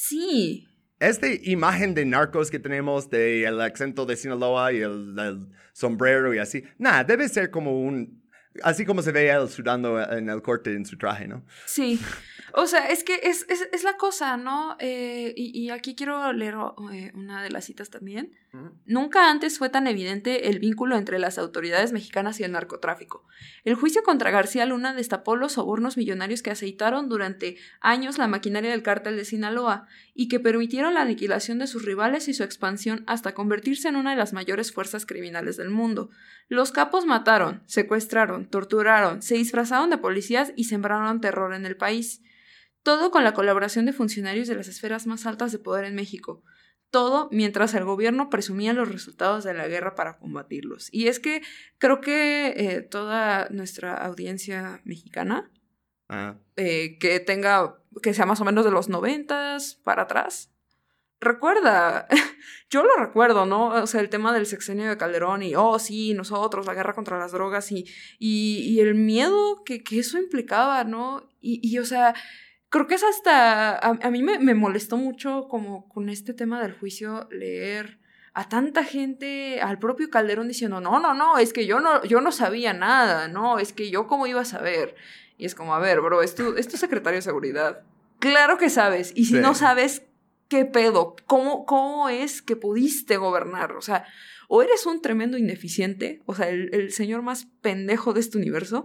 Sí. Esta imagen de narcos que tenemos, del acento de Sinaloa y el, el sombrero y así, nada, debe ser como un... Así como se ve él sudando en el corte en su traje, ¿no? Sí. O sea, es que es, es, es la cosa, ¿no? Eh, y, y aquí quiero leer eh, una de las citas también. Uh-huh. Nunca antes fue tan evidente el vínculo entre las autoridades mexicanas y el narcotráfico. El juicio contra García Luna destapó los sobornos millonarios que aceitaron durante años la maquinaria del cártel de Sinaloa y que permitieron la aniquilación de sus rivales y su expansión hasta convertirse en una de las mayores fuerzas criminales del mundo. Los capos mataron, secuestraron, torturaron, se disfrazaron de policías y sembraron terror en el país. Todo con la colaboración de funcionarios de las esferas más altas de poder en México. Todo mientras el gobierno presumía los resultados de la guerra para combatirlos. Y es que creo que eh, toda nuestra audiencia mexicana, uh-huh. eh, que tenga, que sea más o menos de los noventas para atrás, recuerda, yo lo recuerdo, ¿no? O sea, el tema del sexenio de Calderón y, oh, sí, nosotros, la guerra contra las drogas y, y, y el miedo que, que eso implicaba, ¿no? Y, y o sea... Creo que es hasta... A, a mí me, me molestó mucho como con este tema del juicio leer a tanta gente, al propio Calderón diciendo, no, no, no, es que yo no, yo no sabía nada, no, es que yo cómo iba a saber. Y es como, a ver, bro, es tu, es tu secretario de seguridad. Claro que sabes. Y si sí. no sabes, ¿qué pedo? ¿Cómo, ¿Cómo es que pudiste gobernar? O sea, o eres un tremendo ineficiente, o sea, el, el señor más pendejo de este universo,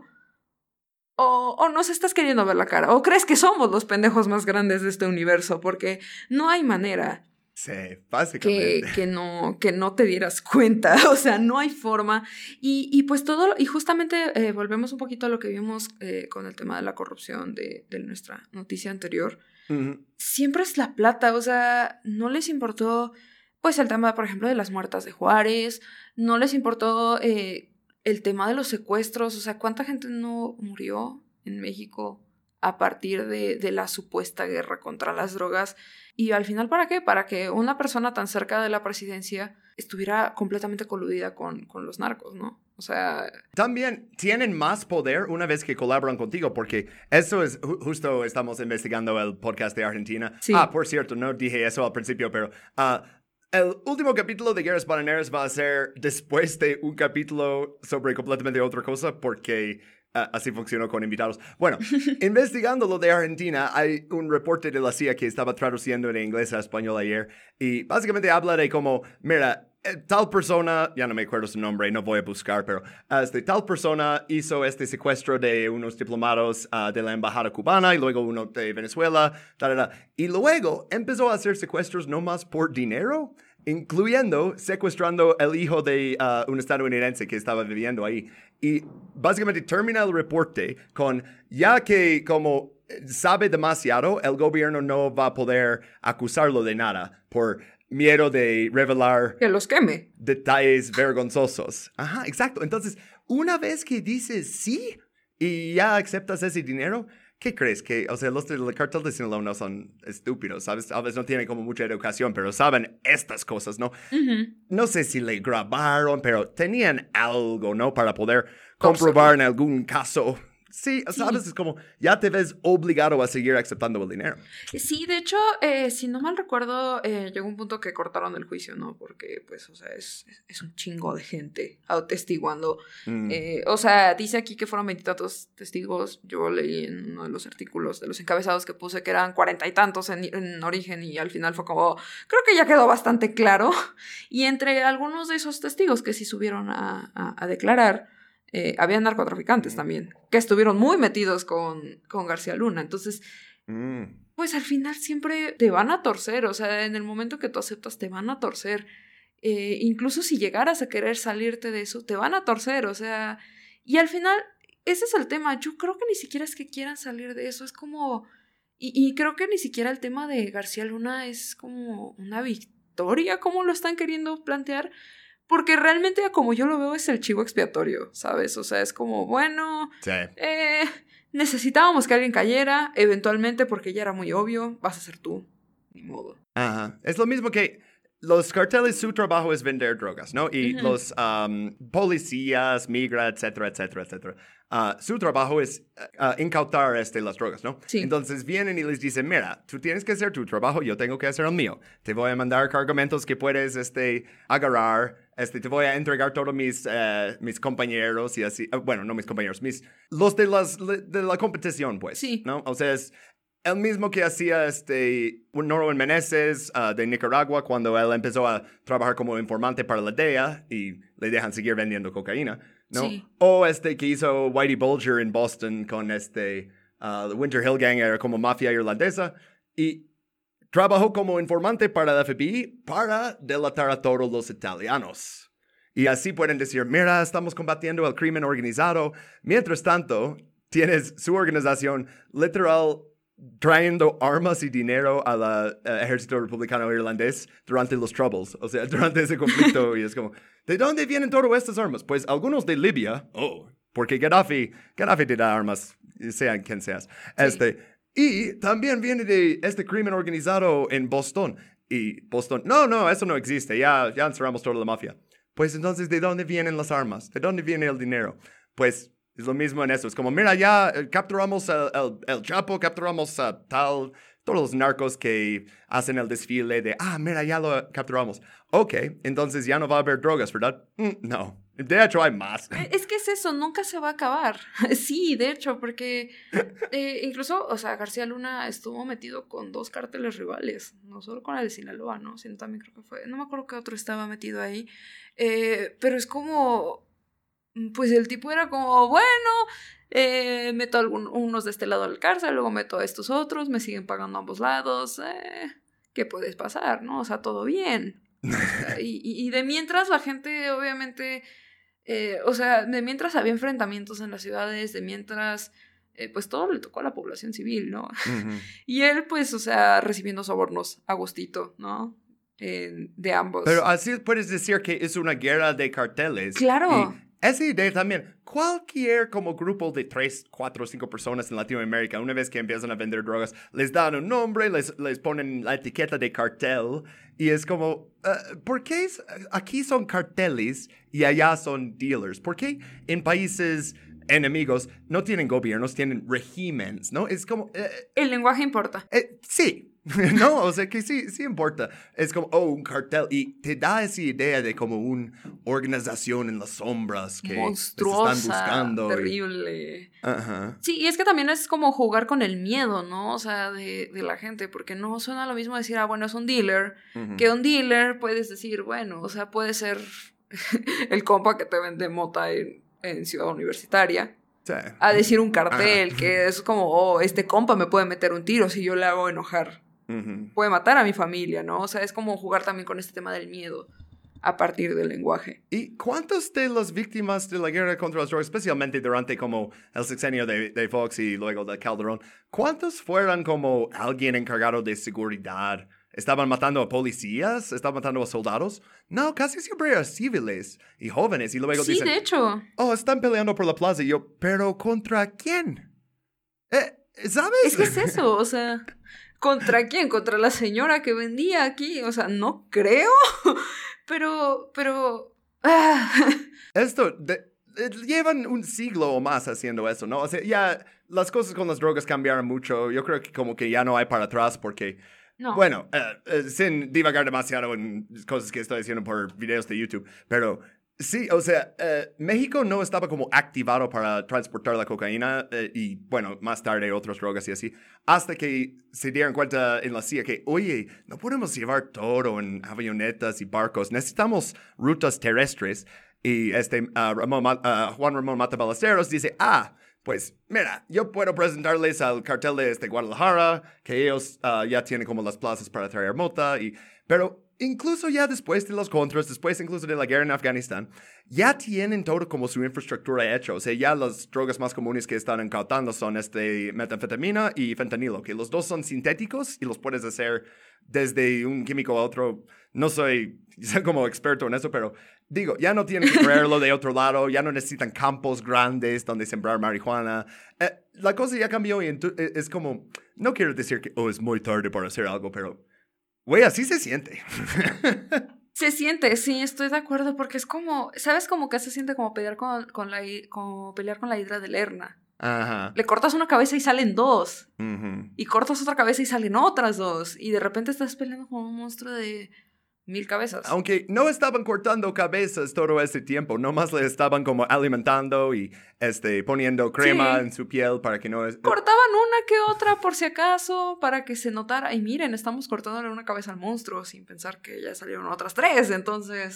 O, o nos estás queriendo ver la cara, o crees que somos los pendejos más grandes de este universo, porque no hay manera sí, básicamente. Que, que, no, que no te dieras cuenta, o sea, no hay forma. Y, y pues todo, y justamente eh, volvemos un poquito a lo que vimos eh, con el tema de la corrupción de, de nuestra noticia anterior. Uh-huh. Siempre es la plata, o sea, no les importó, pues el tema, por ejemplo, de las muertas de Juárez, no les importó... Eh, el tema de los secuestros, o sea, ¿cuánta gente no murió en México a partir de, de la supuesta guerra contra las drogas? Y al final, ¿para qué? Para que una persona tan cerca de la presidencia estuviera completamente coludida con, con los narcos, ¿no? O sea... También tienen más poder una vez que colaboran contigo, porque eso es... Ju- justo estamos investigando el podcast de Argentina. Sí. Ah, por cierto, no dije eso al principio, pero... Uh, El último capítulo de Guerras Bananeras va a ser después de un capítulo sobre completamente otra cosa, porque uh, así funcionó con invitados. Bueno, investigando lo de Argentina, hay un reporte de la C I A que estaba traduciendo de inglés a español ayer, y básicamente habla de cómo, mira, tal persona, ya no me acuerdo su nombre, no voy a buscar, pero este, tal persona hizo este secuestro de unos diplomados uh, de la embajada cubana y luego uno de Venezuela, ta, ta, ta, y luego empezó a hacer secuestros no más por dinero, incluyendo secuestrando el hijo de uh, un estadounidense que estaba viviendo ahí. Y básicamente termina el reporte con, ya que como sabe demasiado, el gobierno no va a poder acusarlo de nada por miedo de revelar... Que los queme. Detalles vergonzosos. Ajá, exacto. Entonces, una vez que dices sí y ya aceptas ese dinero, ¿qué crees? Que, o sea, los del cartel de Sinaloa no son estúpidos, ¿sabes? A veces no tienen como mucha educación, pero saben estas cosas, ¿no? Uh-huh. No sé si le grabaron, pero tenían algo, ¿no? Para poder comprobar en algún caso sí, sabes, sí. Es como, ya te ves obligado a seguir aceptando el dinero. Sí, de hecho, eh, si no mal recuerdo, eh, llegó un punto que cortaron el juicio, ¿no? Porque, pues, o sea, es, es un chingo de gente atestiguando. Mm. Eh, o sea, dice aquí que fueron veintitantos testigos. Yo leí en uno de los artículos de los encabezados que puse que eran cuarenta y tantos en, en origen y al final fue como, creo que ya quedó bastante claro. Y entre algunos de esos testigos que sí subieron a, a, a declarar, Eh, había narcotraficantes también, que estuvieron muy metidos con, con García Luna. Entonces, mm. pues al final siempre te van a torcer. O sea, en el momento que tú aceptas, te van a torcer. Eh, incluso si llegaras a querer salirte de eso, te van a torcer. O sea, y al final, ese es el tema. Yo creo que ni siquiera es que quieran salir de eso. Es como... Y, y creo que ni siquiera el tema de García Luna es como una victoria, como lo están queriendo plantear. Porque realmente, como yo lo veo, es el chivo expiatorio, ¿sabes? O sea, es como, bueno, sí. eh, necesitábamos que alguien cayera, eventualmente, porque ya era muy obvio, vas a ser tú, ni modo. Ajá. Es lo mismo que los carteles, su trabajo es vender drogas, ¿no? Y uh-huh. los um, policías, migra, etcétera, etcétera, etcétera. Uh, su trabajo es uh, incautar este, las drogas, ¿no? Sí. Entonces vienen y les dicen, mira, tú tienes que hacer tu trabajo, yo tengo que hacer el mío. Te voy a mandar cargamentos que puedes este, agarrar, este, te voy a entregar todos mis, uh, mis compañeros y así. Uh, bueno, no mis compañeros, mis, los de, las, de la competición, pues. Sí. ¿No? O sea, es el mismo que hacía este, Norman Meneses uh, de Nicaragua cuando él empezó a trabajar como informante para la D E A y le dejan seguir vendiendo cocaína. ¿No? Sí. O este que hizo Whitey Bulger en Boston con este uh, the Winter Hill Gang, era como mafia irlandesa, y trabajó como informante para la F B I para delatar a todos los italianos. Y así pueden decir, mira, estamos combatiendo el crimen organizado. Mientras tanto, tienes su organización literal trayendo armas y dinero al uh, ejército republicano irlandés durante los Troubles, o sea, durante ese conflicto, y es como, ¿de dónde vienen todas estas armas? Pues algunos de Libia, oh, porque Gaddafi, Gaddafi te da armas, sean quien seas, sí. este, y también viene de este crimen organizado en Boston, y Boston, no, no, eso no existe, ya, ya encerramos toda la mafia. Pues entonces, ¿de dónde vienen las armas? ¿De dónde viene el dinero? Pues es lo mismo en eso. Es como, mira, ya eh, capturamos el, el, el Chapo, capturamos a tal, todos los narcos que hacen el desfile de, ah, mira, ya lo capturamos. Ok, entonces ya no va a haber drogas, ¿verdad? Mm, no, de hecho hay más. Es que es eso, nunca se va a acabar. Sí, de hecho, porque eh, incluso, o sea, García Luna estuvo metido con dos cárteles rivales, no solo con el de Sinaloa, ¿no? Sino también creo que fue, no me acuerdo qué otro estaba metido ahí, eh, pero es como... Pues el tipo era como, bueno, eh, meto a algún, unos de este lado a la cárcel, luego meto a estos otros, me siguen pagando a ambos lados, eh, ¿qué puede pasar, no? O sea, todo bien. y, y, y de mientras la gente, obviamente, eh, o sea, de mientras había enfrentamientos en las ciudades, de mientras, eh, pues todo le tocó a la población civil, ¿no? Uh-huh. Y él, pues, o sea, recibiendo sobornos a gustito, ¿no? Eh, de ambos. Pero así puedes decir que es una guerra de carteles. Claro. Y esa idea también, cualquier como grupo de tres, cuatro, cinco personas en Latinoamérica, una vez que empiezan a vender drogas, les dan un nombre, les, les ponen la etiqueta de cartel, y es como, uh, ¿por qué es, aquí son carteles y allá son dealers? ¿Por qué en países enemigos no tienen gobiernos, tienen regímenes, ¿no? Es como... Uh, El lenguaje importa. Uh, sí. No, o sea que sí, sí importa. Es como, oh, un cartel. Y te da esa idea de como una organización en las sombras que monstruosa, están buscando. Terrible. Y... Uh-huh. Sí, y es que también es como jugar con el miedo, ¿no? O sea, de, de la gente, porque no suena lo mismo decir, ah, bueno, es un dealer, uh-huh. que un dealer puedes decir, bueno, o sea, puede ser el compa que te vende mota en, en Ciudad Universitaria. Sí. A decir un cartel, uh-huh. que es como, oh, este compa me puede meter un tiro si yo le hago enojar. Uh-huh. Puede matar a mi familia, ¿no? O sea, es como jugar también con este tema del miedo a partir del lenguaje. ¿Y cuántas de las víctimas de la guerra contra las drogas, especialmente durante como el sexenio de, de Fox y luego de Calderón, cuántos fueron como alguien encargado de seguridad? ¿Estaban matando a policías? ¿Estaban matando a soldados? No, casi siempre a civiles y jóvenes. Y luego sí, dicen, de hecho. Oh, están peleando por la plaza. Y yo, ¿pero contra quién? Eh, ¿Sabes? Es que es eso, o sea... ¿Contra quién? ¿Contra la señora que vendía aquí? O sea, no creo. Pero, pero... Ah. Esto, de, eh, llevan un siglo o más haciendo eso, ¿no? O sea, ya las cosas con las drogas cambiaron mucho. Yo creo que como que ya no hay para atrás porque... No. Bueno, uh, uh, sin divagar demasiado en cosas que estoy diciendo por videos de YouTube, pero sí, o sea, uh, México no estaba como activado para transportar la cocaína uh, y, bueno, más tarde otras drogas y así, hasta que se dieron cuenta en la C I A que, oye, no podemos llevar todo en avionetas y barcos, necesitamos rutas terrestres. Y este, uh, Ramón, uh, Juan Ramón Mata Ballesteros dice, ah, pues mira, yo puedo presentarles al cartel de este Guadalajara, que ellos uh, ya tienen como las plazas para traer mota, y, pero incluso ya después de los contras, después incluso de la guerra en Afganistán, ya tienen todo como su infraestructura hecha. O sea, ya las drogas más comunes que están incautando son este metanfetamina y fentanilo, que los dos son sintéticos y los puedes hacer desde un químico a otro. No soy, soy como experto en eso, pero digo, ya no tienen que traerlo de otro lado, ya no necesitan campos grandes donde sembrar marihuana. Eh, la cosa ya cambió y entu- es como, no quiero decir que oh, es muy tarde para hacer algo, pero, güey, así se siente. Se siente, sí, estoy de acuerdo, porque es como, ¿sabes? Como que se siente como pelear con, con, la, como pelear con la hidra de Lerna. Ajá. Le cortas una cabeza y salen dos. Uh-huh. Y cortas otra cabeza y salen otras dos. Y de repente estás peleando con un monstruo de mil cabezas. Aunque no estaban cortando cabezas todo ese tiempo, nomás le estaban como alimentando y este, poniendo crema sí. en su piel para que no... Es... Cortaban una que otra por si acaso, para que se notara. Y miren, estamos cortándole una cabeza al monstruo sin pensar que ya salieron otras tres. Entonces,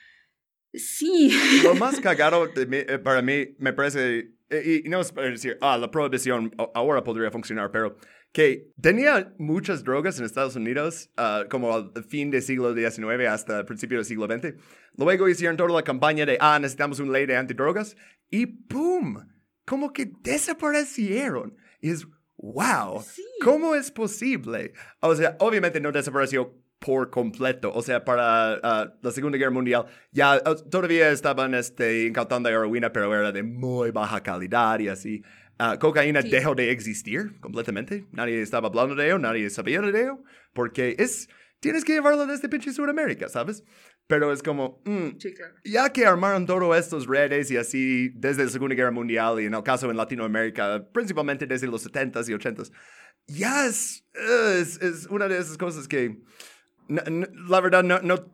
sí. Lo más cagado de mí, para mí me parece... Y, y no es para decir, ah, la prohibición ahora podría funcionar, pero que tenía muchas drogas en Estados Unidos, uh, como al fin del siglo diecinueve hasta el principio del siglo veinte. Luego hicieron toda la campaña de, ah, necesitamos una ley de antidrogas, y ¡pum! Como que desaparecieron. Y es, wow, sí. ¿Cómo es posible? O sea, obviamente no desapareció por completo. O sea, para uh, la Segunda Guerra Mundial ya uh, todavía estaban este, incautando heroína, pero era de muy baja calidad y así. Uh, cocaína sí. dejó de existir completamente. Nadie estaba hablando de ello, nadie sabía de ello, porque es, tienes que llevarlo desde pinche Sudamérica, ¿sabes? Pero es como, mm, sí, claro. Ya que armaron todas estas redes y así desde la Segunda Guerra Mundial y en el caso en Latinoamérica, principalmente desde los setentas y ochentas, ya es, es, es una de esas cosas que... No, no, la verdad, no... no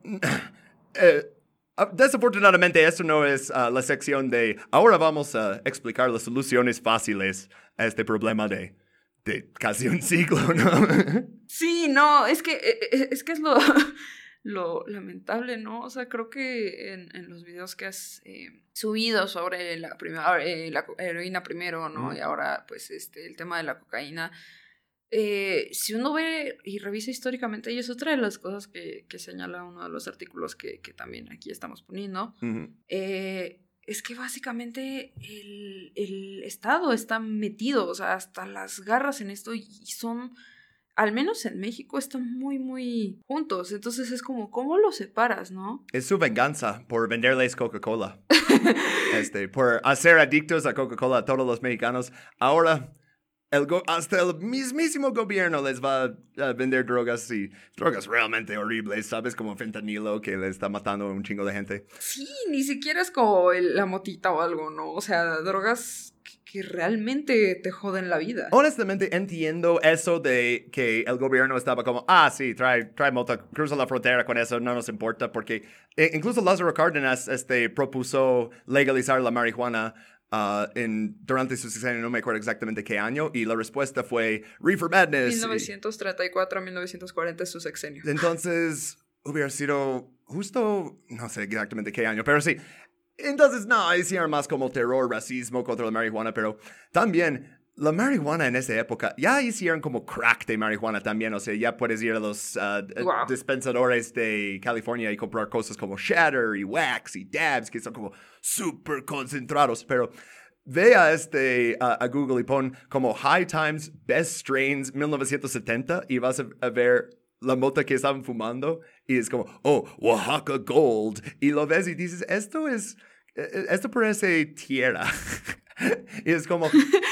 eh, desafortunadamente, eso no es uh, la sección de... Ahora vamos a explicar las soluciones fáciles a este problema de, de casi un siglo, ¿no? Sí, no, es que es, que es lo, lo lamentable, ¿no? O sea, creo que en, en los videos que has eh, subido sobre la, primera, eh, la heroína primero, ¿no? Mm. Y ahora, pues, este, el tema de la cocaína... Eh, si uno ve y revisa históricamente, y es otra de las cosas que, que señala uno de los artículos que, que también aquí estamos poniendo, uh-huh. eh, es que básicamente el, el Estado está metido, o sea, hasta las garras en esto, y son, al menos en México, están muy, muy juntos. Entonces es como, ¿cómo los separas, no? Es su venganza por venderles Coca-Cola. este, por hacer adictos a Coca-Cola a todos los mexicanos. Ahora... El go- hasta el mismísimo gobierno les va a vender drogas y drogas realmente horribles, ¿sabes? Como fentanilo que le está matando a un chingo de gente. Sí, ni siquiera es como el, la motita o algo, ¿no? O sea, drogas que, que realmente te joden la vida. Honestamente entiendo eso de que el gobierno estaba como, ah, sí, trae, trae mota, cruza la frontera con eso, no nos importa, porque eh, incluso Lázaro Cárdenas este, propuso legalizar la marihuana Uh, en, durante su sexenio, no me acuerdo exactamente qué año, y la respuesta fue Reefer Madness. mil novecientos treinta y cuatro a mil novecientos cuarenta es su sexenio. Entonces, hubiera sido justo, no sé exactamente qué año, pero sí. Entonces, no, hicieron más como terror, racismo contra la marihuana, pero también la marihuana en esa época, ya hicieron como crack de marihuana también, o sea, ya puedes ir a los uh, wow. dispensadores de California y comprar cosas como shatter y wax y dabs, que son como súper concentrados, pero ve a, este, uh, a Google y pon como High Times Best Strains mil novecientos setenta y vas a, a ver la mota que estaban fumando y es como, oh, Oaxaca Gold, y lo ves y dices, esto es, esto parece tierra. Y es como... Esto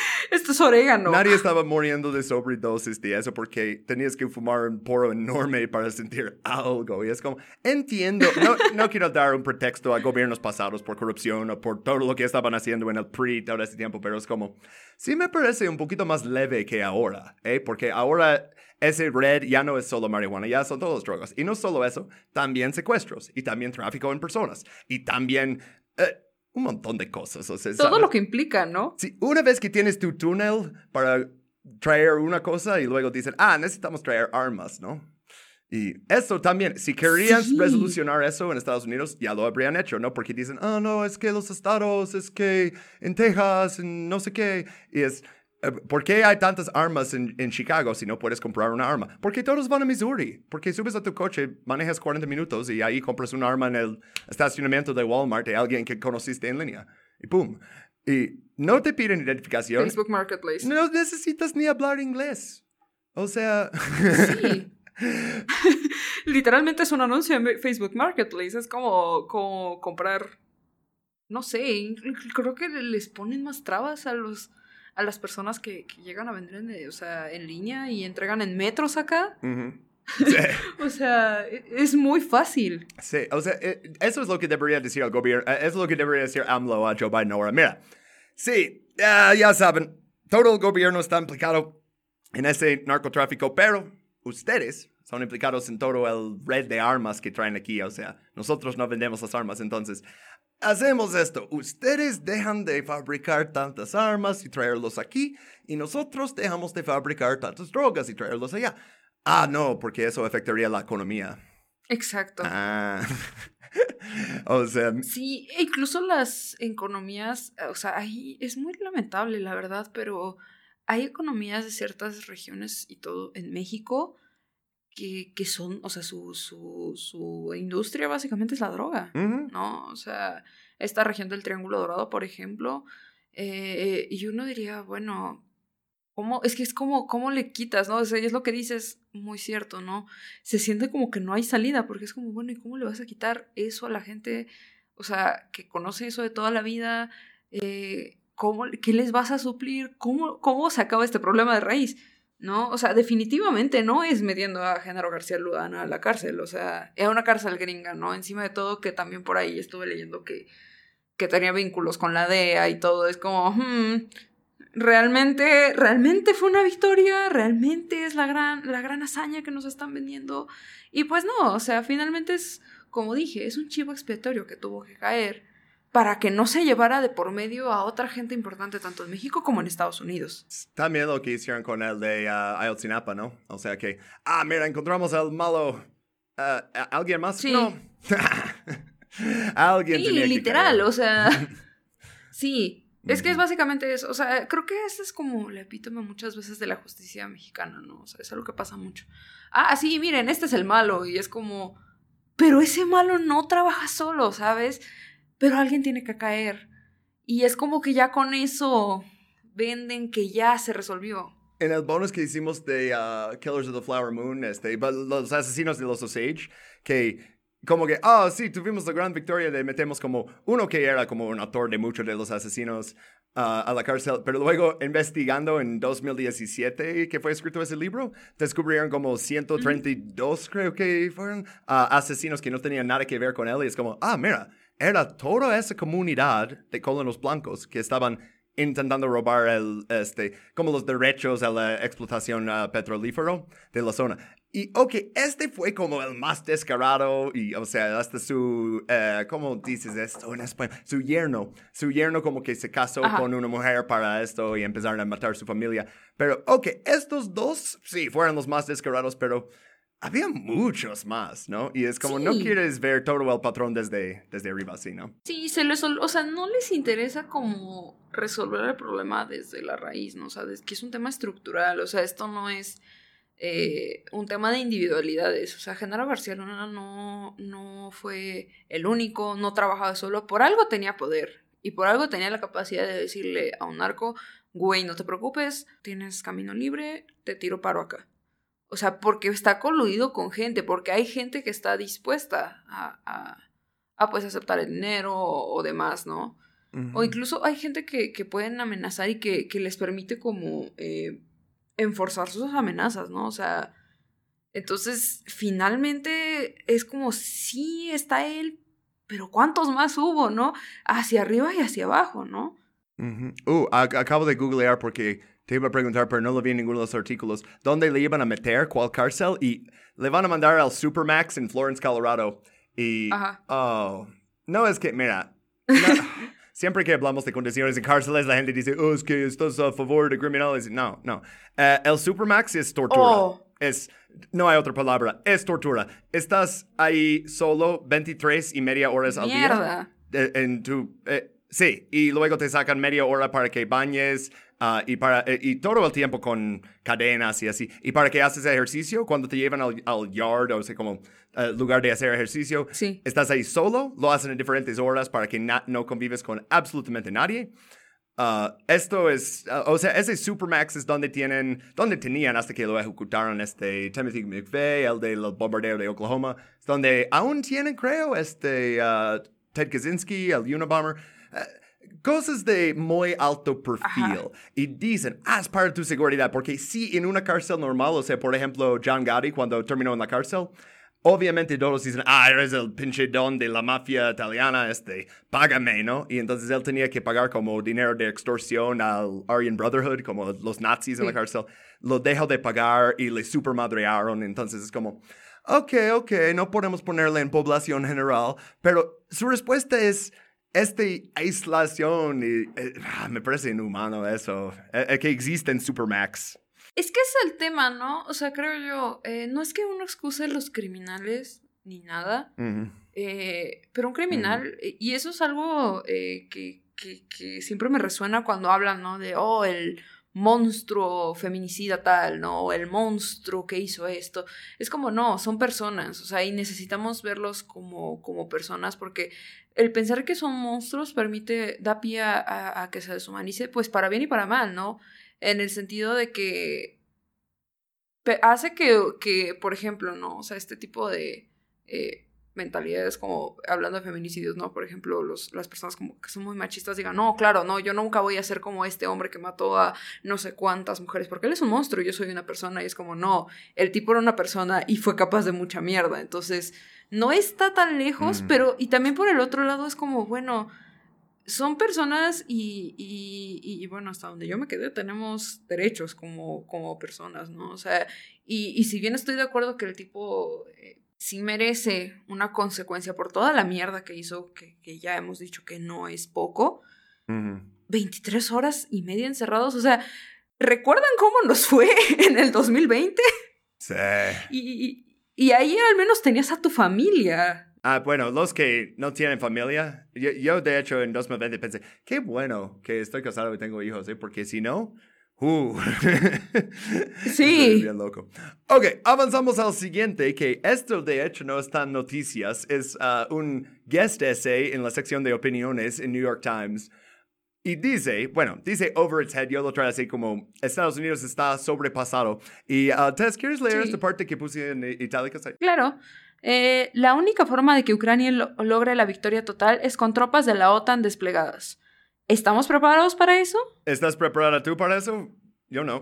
esto es orégano. Nadie estaba muriendo de sobredosis de eso porque tenías que fumar un porro enorme para sentir algo. Y es como, entiendo, no, no quiero dar un pretexto a gobiernos pasados por corrupción o por todo lo que estaban haciendo en el P R I todo ese tiempo, pero es como, sí me parece un poquito más leve que ahora, ¿eh? Porque ahora ese red ya no es solo marihuana, ya son todas drogas. Y no solo eso, también secuestros y también tráfico en personas y también... Eh, un montón de cosas. O sea, todo ¿sabes? Lo que implica, ¿no? Sí, una vez que tienes tu túnel para traer una cosa y luego dicen, ah, necesitamos traer armas, ¿no? Y eso también, si querían sí. resolucionar eso en Estados Unidos, ya lo habrían hecho, ¿no? Porque dicen, ah, oh, no, es que los estados, es que en Texas, en no sé qué, y es... ¿Por qué hay tantas armas en, en Chicago si no puedes comprar una arma? Porque todos van a Missouri. Porque subes a tu coche, manejas cuarenta minutos y ahí compras una arma en el estacionamiento de Walmart de alguien que conociste en línea. Y ¡pum! Y no te piden identificación. Facebook Marketplace. No necesitas ni hablar inglés. O sea... Sí. Literalmente es un anuncio en Facebook Marketplace. Es como, como comprar... No sé, creo que les ponen más trabas a los... a las personas que, que llegan a vender en, o sea, en línea y entregan en metros acá. Uh-huh. Sí. O sea, es muy fácil. Sí, o sea, eso es lo que debería decir el gobierno, es lo que debería decir AMLO a Joe Biden ahora. Mira, sí, uh, ya saben, todo el gobierno está implicado en ese narcotráfico, pero ustedes son implicados en todo el red de armas que traen aquí. O sea, nosotros no vendemos las armas, entonces... Hacemos esto, ustedes dejan de fabricar tantas armas y traerlos aquí, y nosotros dejamos de fabricar tantas drogas y traerlos allá. Ah, no, porque eso afectaría la economía. Exacto. Ah. O sea... Sí, incluso las economías, o sea, ahí es muy lamentable, la verdad, pero hay economías de ciertas regiones y todo en México que, que son, o sea, su, su, su industria básicamente es la droga, uh-huh. ¿no? O sea, esta región del Triángulo Dorado, por ejemplo, eh, y uno diría, bueno, ¿cómo? Es que es como, ¿cómo le quitas, no? O sea, es lo que dices, muy cierto, ¿no? Se siente como que no hay salida, porque es como, bueno, ¿y cómo le vas a quitar eso a la gente, o sea, que conoce eso de toda la vida? Eh, ¿cómo, ¿Qué les vas a suplir? ¿Cómo, cómo se acaba este problema de raíz? ¿No? O sea, definitivamente no es metiendo a Genaro García Luna a la cárcel, o sea, es una cárcel gringa, ¿no? Encima de todo, que también por ahí estuve leyendo que, que tenía vínculos con la D E A y todo, es como, hmm, realmente, realmente fue una victoria, realmente es la gran, la gran hazaña que nos están vendiendo, y pues no, o sea, finalmente es, como dije, es un chivo expiatorio que tuvo que caer para que no se llevara de por medio a otra gente importante tanto en México como en Estados Unidos. También lo que hicieron con el de uh, Ayotzinapa, ¿no? O sea que, ah, mira, encontramos al malo. Uh, ¿Alguien más? Sí. No. Alguien sí, tenía que literal, caer. O sea, sí. Es que es básicamente eso. O sea, creo que ese es como el epítome muchas veces de la justicia mexicana, ¿no? O sea, es algo que pasa mucho. Ah, sí, miren, este es el malo. Y es como, pero ese malo no trabaja solo, ¿sabes? Pero alguien tiene que caer. Y es como que ya con eso venden que ya se resolvió. En el bonus que hicimos de uh, Killers of the Flower Moon, este, los asesinos de los Osage, que como que, ah, oh, sí, tuvimos la gran victoria de metemos como uno que era como un autor de muchos de los asesinos uh, a la cárcel, pero luego investigando en dos mil diecisiete que fue escrito ese libro, descubrieron como ciento treinta y dos, mm. creo que fueron, uh, asesinos que no tenían nada que ver con él, y es como, ah, mira, era toda esa comunidad de colonos blancos que estaban intentando robar el, este, como los derechos a la explotación uh, petrolífero de la zona. Y, ok, este fue como el más descarado y, o sea, hasta su, uh, ¿cómo dices esto en español? Su yerno. Su yerno como que se casó Ajá. con una mujer para esto y empezaron a matar a su familia. Pero, ok, estos dos, sí, fueron los más descarados, pero... había muchos más, ¿no? Y es como, sí. no quieres ver todo el patrón desde, desde arriba, ¿sí, no? Sí, se les, o sea, no les interesa como resolver el problema desde la raíz, ¿no? O sea, es que es un tema estructural, o sea, esto no es eh, un tema de individualidades. O sea, Genaro García Luna no, no fue el único, no trabajaba solo, por algo tenía poder y por algo tenía la capacidad de decirle a un narco, güey, no te preocupes, tienes camino libre, te tiro paro acá. O sea, porque está coludido con gente, porque hay gente que está dispuesta a, a, a pues, aceptar el dinero o, o demás, ¿no? Uh-huh. O incluso hay gente que, que pueden amenazar y que, que les permite como eh, enforzar sus amenazas, ¿no? O sea, entonces finalmente es como, sí, está él, pero ¿cuántos más hubo, no? Hacia arriba y hacia abajo, ¿no? Uh-huh. Uh, acabo de googlear porque te iba a preguntar, pero no lo vi en ninguno de los artículos. ¿Dónde le iban a meter? ¿Cuál cárcel? Y le van a mandar al Supermax en Florence, Colorado. Y, Ajá. oh, no es que, mira, no, siempre que hablamos de condiciones en cárceles, la gente dice, oh, es que estás a favor de criminales. No, no. Uh, el Supermax es tortura. Oh. Es, no hay otra palabra, es tortura. Estás ahí solo veintitrés y media horas al Mierda. día. Eh, en tu, eh, sí, y luego te sacan media hora para que bañes. Uh, y, para, eh, y todo el tiempo con cadenas y así. Y para que haces ejercicio, cuando te llevan al, al yard, o sea, como uh, lugar de hacer ejercicio, sí. Estás ahí solo, lo hacen en diferentes horas para que na- no convives con absolutamente nadie. Uh, esto es, uh, o sea, ese Supermax es donde tienen, donde tenían hasta que lo ejecutaron este Timothy McVeigh, el del bombardeo de Oklahoma, donde aún tienen, creo, este uh, Ted Kaczynski, el Unabomber. Uh, Cosas de muy alto perfil. Ajá. Y dicen, ah, es para tu seguridad. Porque si en una cárcel normal, o sea, por ejemplo, John Gotti, cuando terminó en la cárcel, obviamente todos dicen, ah, eres el pinche don de la mafia italiana, este, págame, ¿no? Y entonces él tenía que pagar como dinero de extorsión al Aryan Brotherhood, como los nazis sí. En la cárcel. Lo dejó de pagar y le supermadrearon. Entonces es como, ok, ok, no podemos ponerle en población general. Pero su respuesta es... Esta aislación, y, eh, me parece inhumano eso, eh, que existe en Supermax. Es que es el tema, ¿no? O sea, creo yo, eh, no es que uno excuse a los criminales ni nada, uh-huh. eh, pero un criminal, uh-huh. y eso es algo eh, que, que, que siempre me resuena cuando hablan, ¿no? De, oh, el monstruo feminicida tal, ¿no? El monstruo que hizo esto. Es como, no, son personas, o sea, y necesitamos verlos como, como personas porque el pensar que son monstruos permite, da pie a, a, a que se deshumanice, pues para bien y para mal, ¿no? En el sentido de que hace que, que por ejemplo, ¿no? O sea, este tipo de eh, mentalidades como, hablando de feminicidios, ¿no? Por ejemplo, los, las personas como que son muy machistas digan, no, claro, no, yo nunca voy a ser como este hombre que mató a no sé cuántas mujeres, porque él es un monstruo y yo soy una persona, y es como, no, el tipo era una persona y fue capaz de mucha mierda, entonces no está tan lejos, mm. pero, y también por el otro lado es como, bueno, son personas y, y, y, y bueno, hasta donde yo me quedé tenemos derechos como, como personas, ¿no? O sea, y, y si bien estoy de acuerdo que el tipo eh, sí merece una consecuencia por toda la mierda que hizo, que, que ya hemos dicho que no es poco, uh-huh. veintitrés horas y media encerrados, o sea, ¿recuerdan cómo nos fue en el dos mil veinte? Sí. Y, y, y ahí al menos tenías a tu familia. Ah, bueno, los que no tienen familia, yo, yo de hecho en dos mil veinte pensé, qué bueno que estoy casado y tengo hijos, ¿eh? Porque si no, uh, sí. Bien loco. Ok, avanzamos al siguiente, que esto de hecho no está en noticias, es uh, un guest essay en la sección de opiniones en New York Times. Y dice, bueno, dice over its head, yo lo traigo así como Estados Unidos está sobrepasado. Y uh, Tess, ¿quieres leer sí. esta parte que puse en itálicas? Claro. Eh, la única forma de que Ucrania lo- logre la victoria total es con tropas de la OTAN desplegadas. ¿Estamos preparados para eso? ¿Estás preparada tú para eso? Yo no.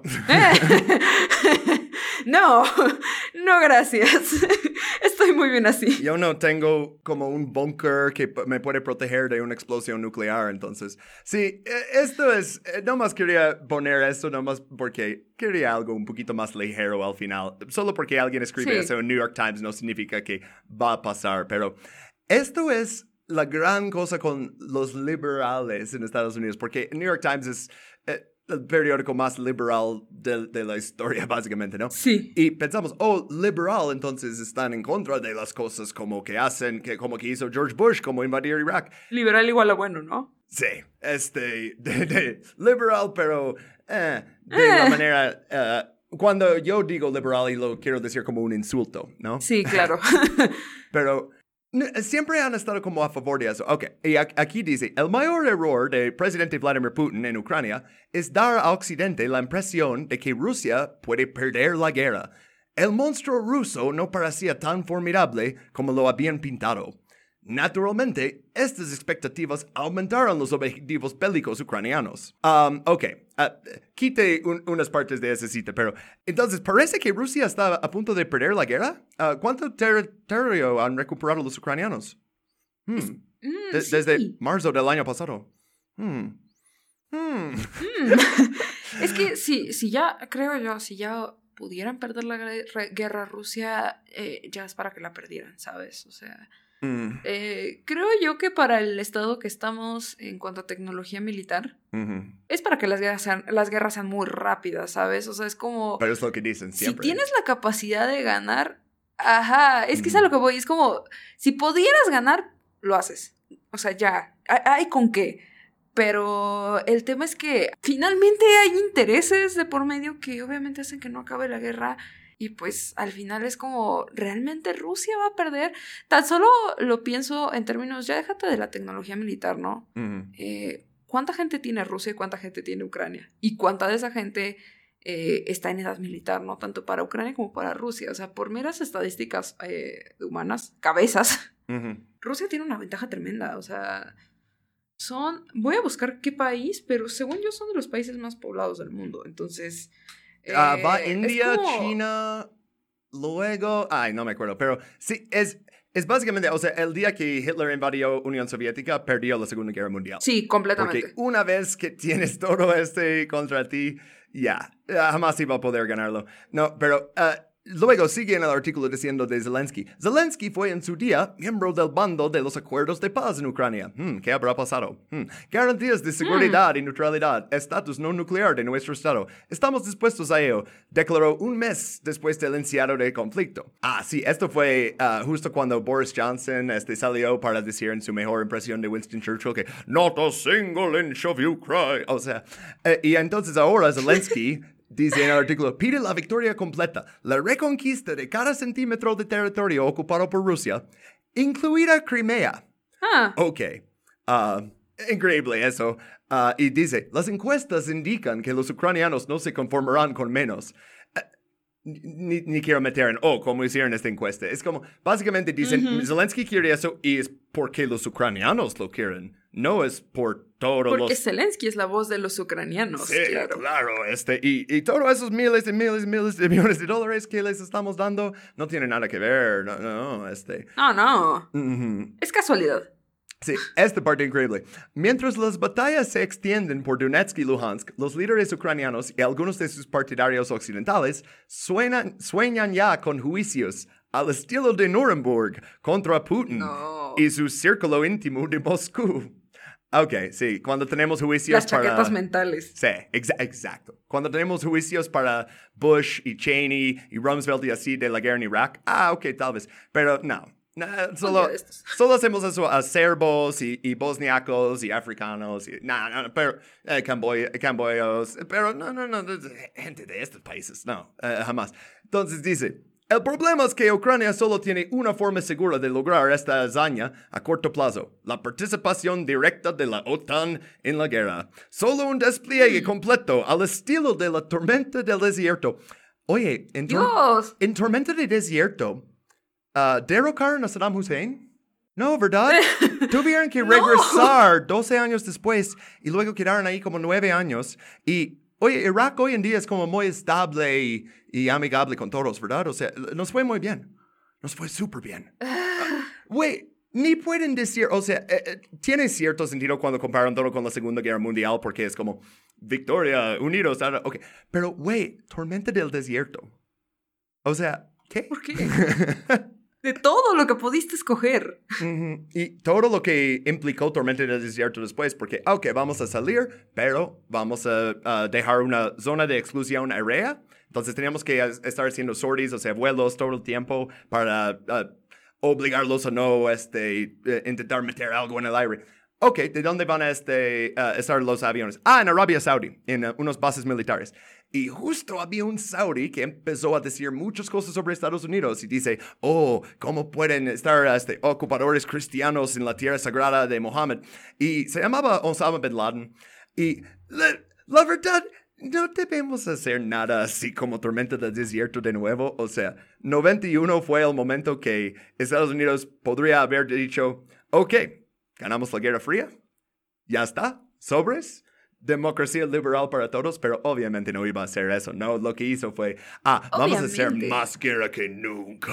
No, no gracias. Estoy muy bien así. Yo no tengo como un búnker que me puede proteger de una explosión nuclear, entonces. Sí, esto es, nomás quería poner esto nomás porque quería algo un poquito más ligero al final. Solo porque alguien escribe sí. eso en New York Times no significa que va a pasar, pero esto es la gran cosa con los liberales en Estados Unidos, porque New York Times es eh, el periódico más liberal de, de la historia, básicamente, ¿no? Sí. Y pensamos, oh, liberal, entonces están en contra de las cosas como que hacen, que, como que hizo George Bush, como invadir Irak. Liberal igual a bueno, ¿no? Sí, este, de, de, liberal, pero eh, de eh. la manera... Uh, cuando yo digo liberal, y lo quiero decir como un insulto, ¿no? Sí, claro. Pero... siempre han estado como a favor de eso. Ok, y aquí dice, el mayor error del presidente Vladimir Putin en Ucrania es dar a Occidente la impresión de que Rusia puede perder la guerra. El monstruo ruso no parecía tan formidable como lo habían pintado. Naturalmente, estas expectativas aumentaron los objetivos bélicos ucranianos. Um, ok, uh, quite un, unas partes de esa cita, pero entonces, ¿parece que Rusia está a punto de perder la guerra? Uh, ¿Cuánto ter territorio han recuperado los ucranianos? Hmm. Es, mm, de, sí. Desde marzo del año pasado. Hmm. Hmm. Mm. Es que si, si ya, creo yo, si ya pudieran perder la guerra Rusia, eh, ya es para que la perdieran, ¿sabes? O sea... Mm. Eh, creo yo que para el estado que estamos en cuanto a tecnología militar, mm-hmm. es para que las guerras sean, las guerras sean muy rápidas, ¿sabes? O sea, es como... Pero es lo que dicen siempre. Si tienes la capacidad de ganar, ajá, es que mm. es a lo que voy, es como, si pudieras ganar, lo haces. O sea, ya, hay, hay con qué. Pero el tema es que finalmente hay intereses de por medio que obviamente hacen que no acabe la guerra. Y pues al final es como, ¿realmente Rusia va a perder? Tan solo lo pienso en términos, ya déjate de la tecnología militar, ¿no? Uh-huh. Eh, ¿Cuánta gente tiene Rusia y cuánta gente tiene Ucrania? Y cuánta de esa gente eh, está en edad militar, ¿no? Tanto para Ucrania como para Rusia. O sea, por meras estadísticas eh, humanas, cabezas, uh-huh. Rusia tiene una ventaja tremenda. O sea, son, voy a buscar qué país, pero según yo son de los países más poblados del mundo. Entonces... Uh, va eh, India, como... China, luego... Ay, no me acuerdo, pero sí, es, es básicamente, o sea, el día que Hitler invadió Unión Soviética, perdió la Segunda Guerra Mundial. Sí, completamente. Porque una vez que tienes todo este contra ti, ya, yeah, jamás iba a poder ganarlo. No, pero... Uh, Luego sigue en el artículo diciendo de Zelensky. Zelensky fue en su día miembro del bando de los acuerdos de paz en Ucrania. Hmm, ¿Qué habrá pasado? Hmm. Garantías de seguridad hmm. y neutralidad. Estatus no nuclear de nuestro estado. Estamos dispuestos a ello. Declaró un mes después del iniciado del conflicto. Ah, sí, esto fue uh, justo cuando Boris Johnson este, salió para decir en su mejor impresión de Winston Churchill que not a single inch of Ukraine. O sea, eh, y entonces ahora Zelensky... Dice en el artículo, pide la victoria completa, la reconquista de cada centímetro de territorio ocupado por Rusia, incluida Crimea. Ah. Ok. Uh, increíble eso. Uh, y dice, las encuestas indican que los ucranianos no se conformarán con menos. Uh, ni, ni quiero meter en, oh, como hicieron esta encuesta. Es como, básicamente dicen, uh-huh. Zelensky quiere eso y es porque los ucranianos lo quieren. No es por todos Porque los... Porque Zelensky es la voz de los ucranianos. Sí, claro. claro. Este, y, y todos esos miles y miles y miles de millones de dólares que les estamos dando no tienen nada que ver. No, no, este... No, no. Uh-huh. Es casualidad. Sí, esta parte increíble. Mientras las batallas se extienden por Donetsk y Luhansk, los líderes ucranianos y algunos de sus partidarios occidentales suenan, sueñan ya con juicios al estilo de Nuremberg contra Putin no. y su círculo íntimo de Moscú. Ok, sí, cuando tenemos juicios Las chaquetas para... mentales. Sí, exa- exacto. Cuando tenemos juicios para Bush y Cheney y Rumsfeld y así de la guerra en Irak, ah, ok, tal vez. Pero no, no solo, solo hacemos eso a serbos y, y bosniacos y africanos. Y, no, no, pero eh, camboy, camboyos, pero no, no, no, gente de estos países, no, eh, jamás. Entonces dice... El problema es que Ucrania solo tiene una forma segura de lograr esta hazaña a corto plazo, la participación directa de la OTAN en la guerra. Solo un despliegue completo al estilo de la tormenta del desierto. Oye, en, tor- en tormenta del desierto, uh, ¿derrocaron a Saddam Hussein? No, ¿verdad? Tuvieron que regresar no. doce años después y luego quedaron ahí como nueve años y... Oye, Irak hoy en día es como muy estable y, y amigable con todos, ¿verdad? O sea, nos fue muy bien. Nos fue súper bien. Güey, uh, ni pueden decir, o sea, eh, eh, tiene cierto sentido cuando comparan todo con la Segunda Guerra Mundial porque es como, victoria, unidos, ok. Pero, güey, tormenta del desierto. O sea, ¿qué? ¿Por qué? De todo lo que pudiste escoger. Uh-huh. Y todo lo que implicó tormenta del desierto después, porque, ok, vamos a salir, pero vamos a, a dejar una zona de exclusión aérea. Entonces teníamos que estar haciendo sorties, o sea, vuelos todo el tiempo para uh, obligarlos a no este, uh, intentar meter algo en el aire. Ok, ¿de dónde van a este, uh, estar los aviones? Ah, en Arabia Saudí, en uh, unas bases militares. Y justo había un saudí que empezó a decir muchas cosas sobre Estados Unidos y dice, oh, ¿cómo pueden estar este, ocupadores cristianos en la tierra sagrada de Mohammed? Y se llamaba Osama Bin Laden. Y la, la verdad, no debemos hacer nada así como tormenta del desierto de nuevo. O sea, noventa y uno fue el momento que Estados Unidos podría haber dicho, Ok, ganamos la Guerra Fría. Ya está. Sobres. Democracia liberal para todos, pero obviamente no iba a hacer eso, ¿no? Lo que hizo fue, ah, vamos obviamente. a hacer más guerra que nunca.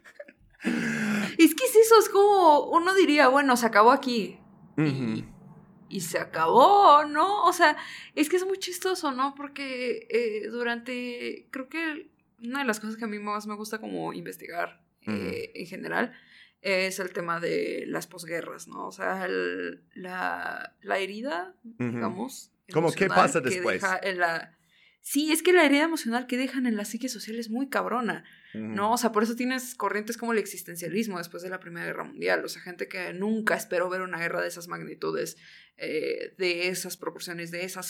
Es que es eso, es como, uno diría, bueno, se acabó aquí. Uh-huh. y, y se acabó, ¿no? O sea, es que es muy chistoso, ¿no? Porque eh, durante, creo que una de las cosas que a mí más me gusta como investigar uh-huh. eh, en general es el tema de las posguerras, ¿no? O sea, el, la, la herida, uh-huh. digamos. ¿Cómo qué pasa después? En la... Sí, es que la herida emocional que dejan en la psique social es muy cabrona, uh-huh. ¿no? O sea, por eso tienes corrientes como el existencialismo después de la Primera Guerra Mundial. O sea, gente que nunca esperó ver una guerra de esas magnitudes, eh, de esas proporciones, de esa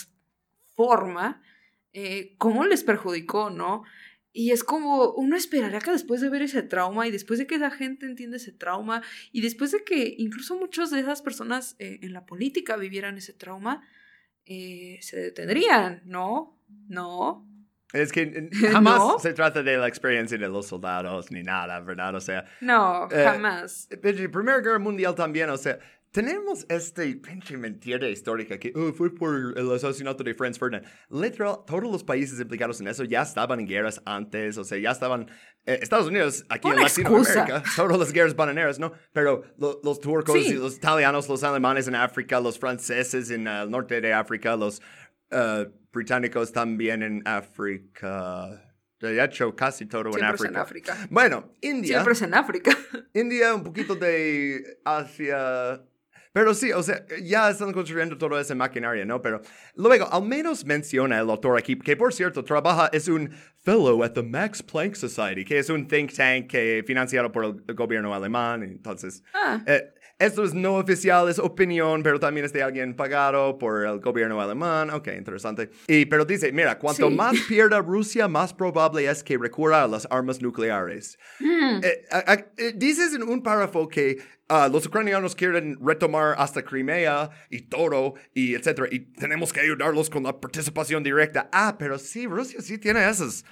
forma, eh, ¿cómo les perjudicó, no? Y es como, uno esperaría que después de ver ese trauma y después de que la gente entienda ese trauma y después de que incluso muchas de esas personas eh, en la política vivieran ese trauma, eh, se detendrían, ¿no? No. Es que jamás ¿No? se trata de la experiencia de los soldados ni nada, ¿verdad? O sea... No, eh, jamás. La Primera Guerra Mundial también, o sea... Tenemos este pinche mentira histórica que oh, fue por el asesinato de Franz Ferdinand. Literal, todos los países implicados en eso ya estaban en guerras antes, o sea, ya estaban... Eh, Estados Unidos, aquí Una en Latinoamérica, todas las guerras bananeras, ¿no? Pero lo, los turcos, sí. y los italianos, los alemanes en África, los franceses en el uh, norte de África, los uh, británicos también en África... De hecho, casi todo en África. en África. Bueno, India... Siempre es en África. India, un poquito de Asia... Pero sí, o sea, ya están construyendo toda esa maquinaria, ¿no? Pero luego, al menos menciona el autor aquí, que por cierto, trabaja, es un fellow at the Max Planck Society, que es un think tank que financiado por el gobierno alemán. Entonces, ah. eh, esto es no oficial, es opinión, pero también es de alguien pagado por el gobierno alemán. Ok, interesante. Y, pero dice, mira, cuanto sí. más pierda Rusia, más probable es que recurra a las armas nucleares. Mm. Eh, eh, eh, dices en un párrafo que Uh, los ucranianos quieren retomar hasta Crimea y todo, y etcétera, y tenemos que ayudarlos con la participación directa. Ah, pero sí, Rusia sí tiene esos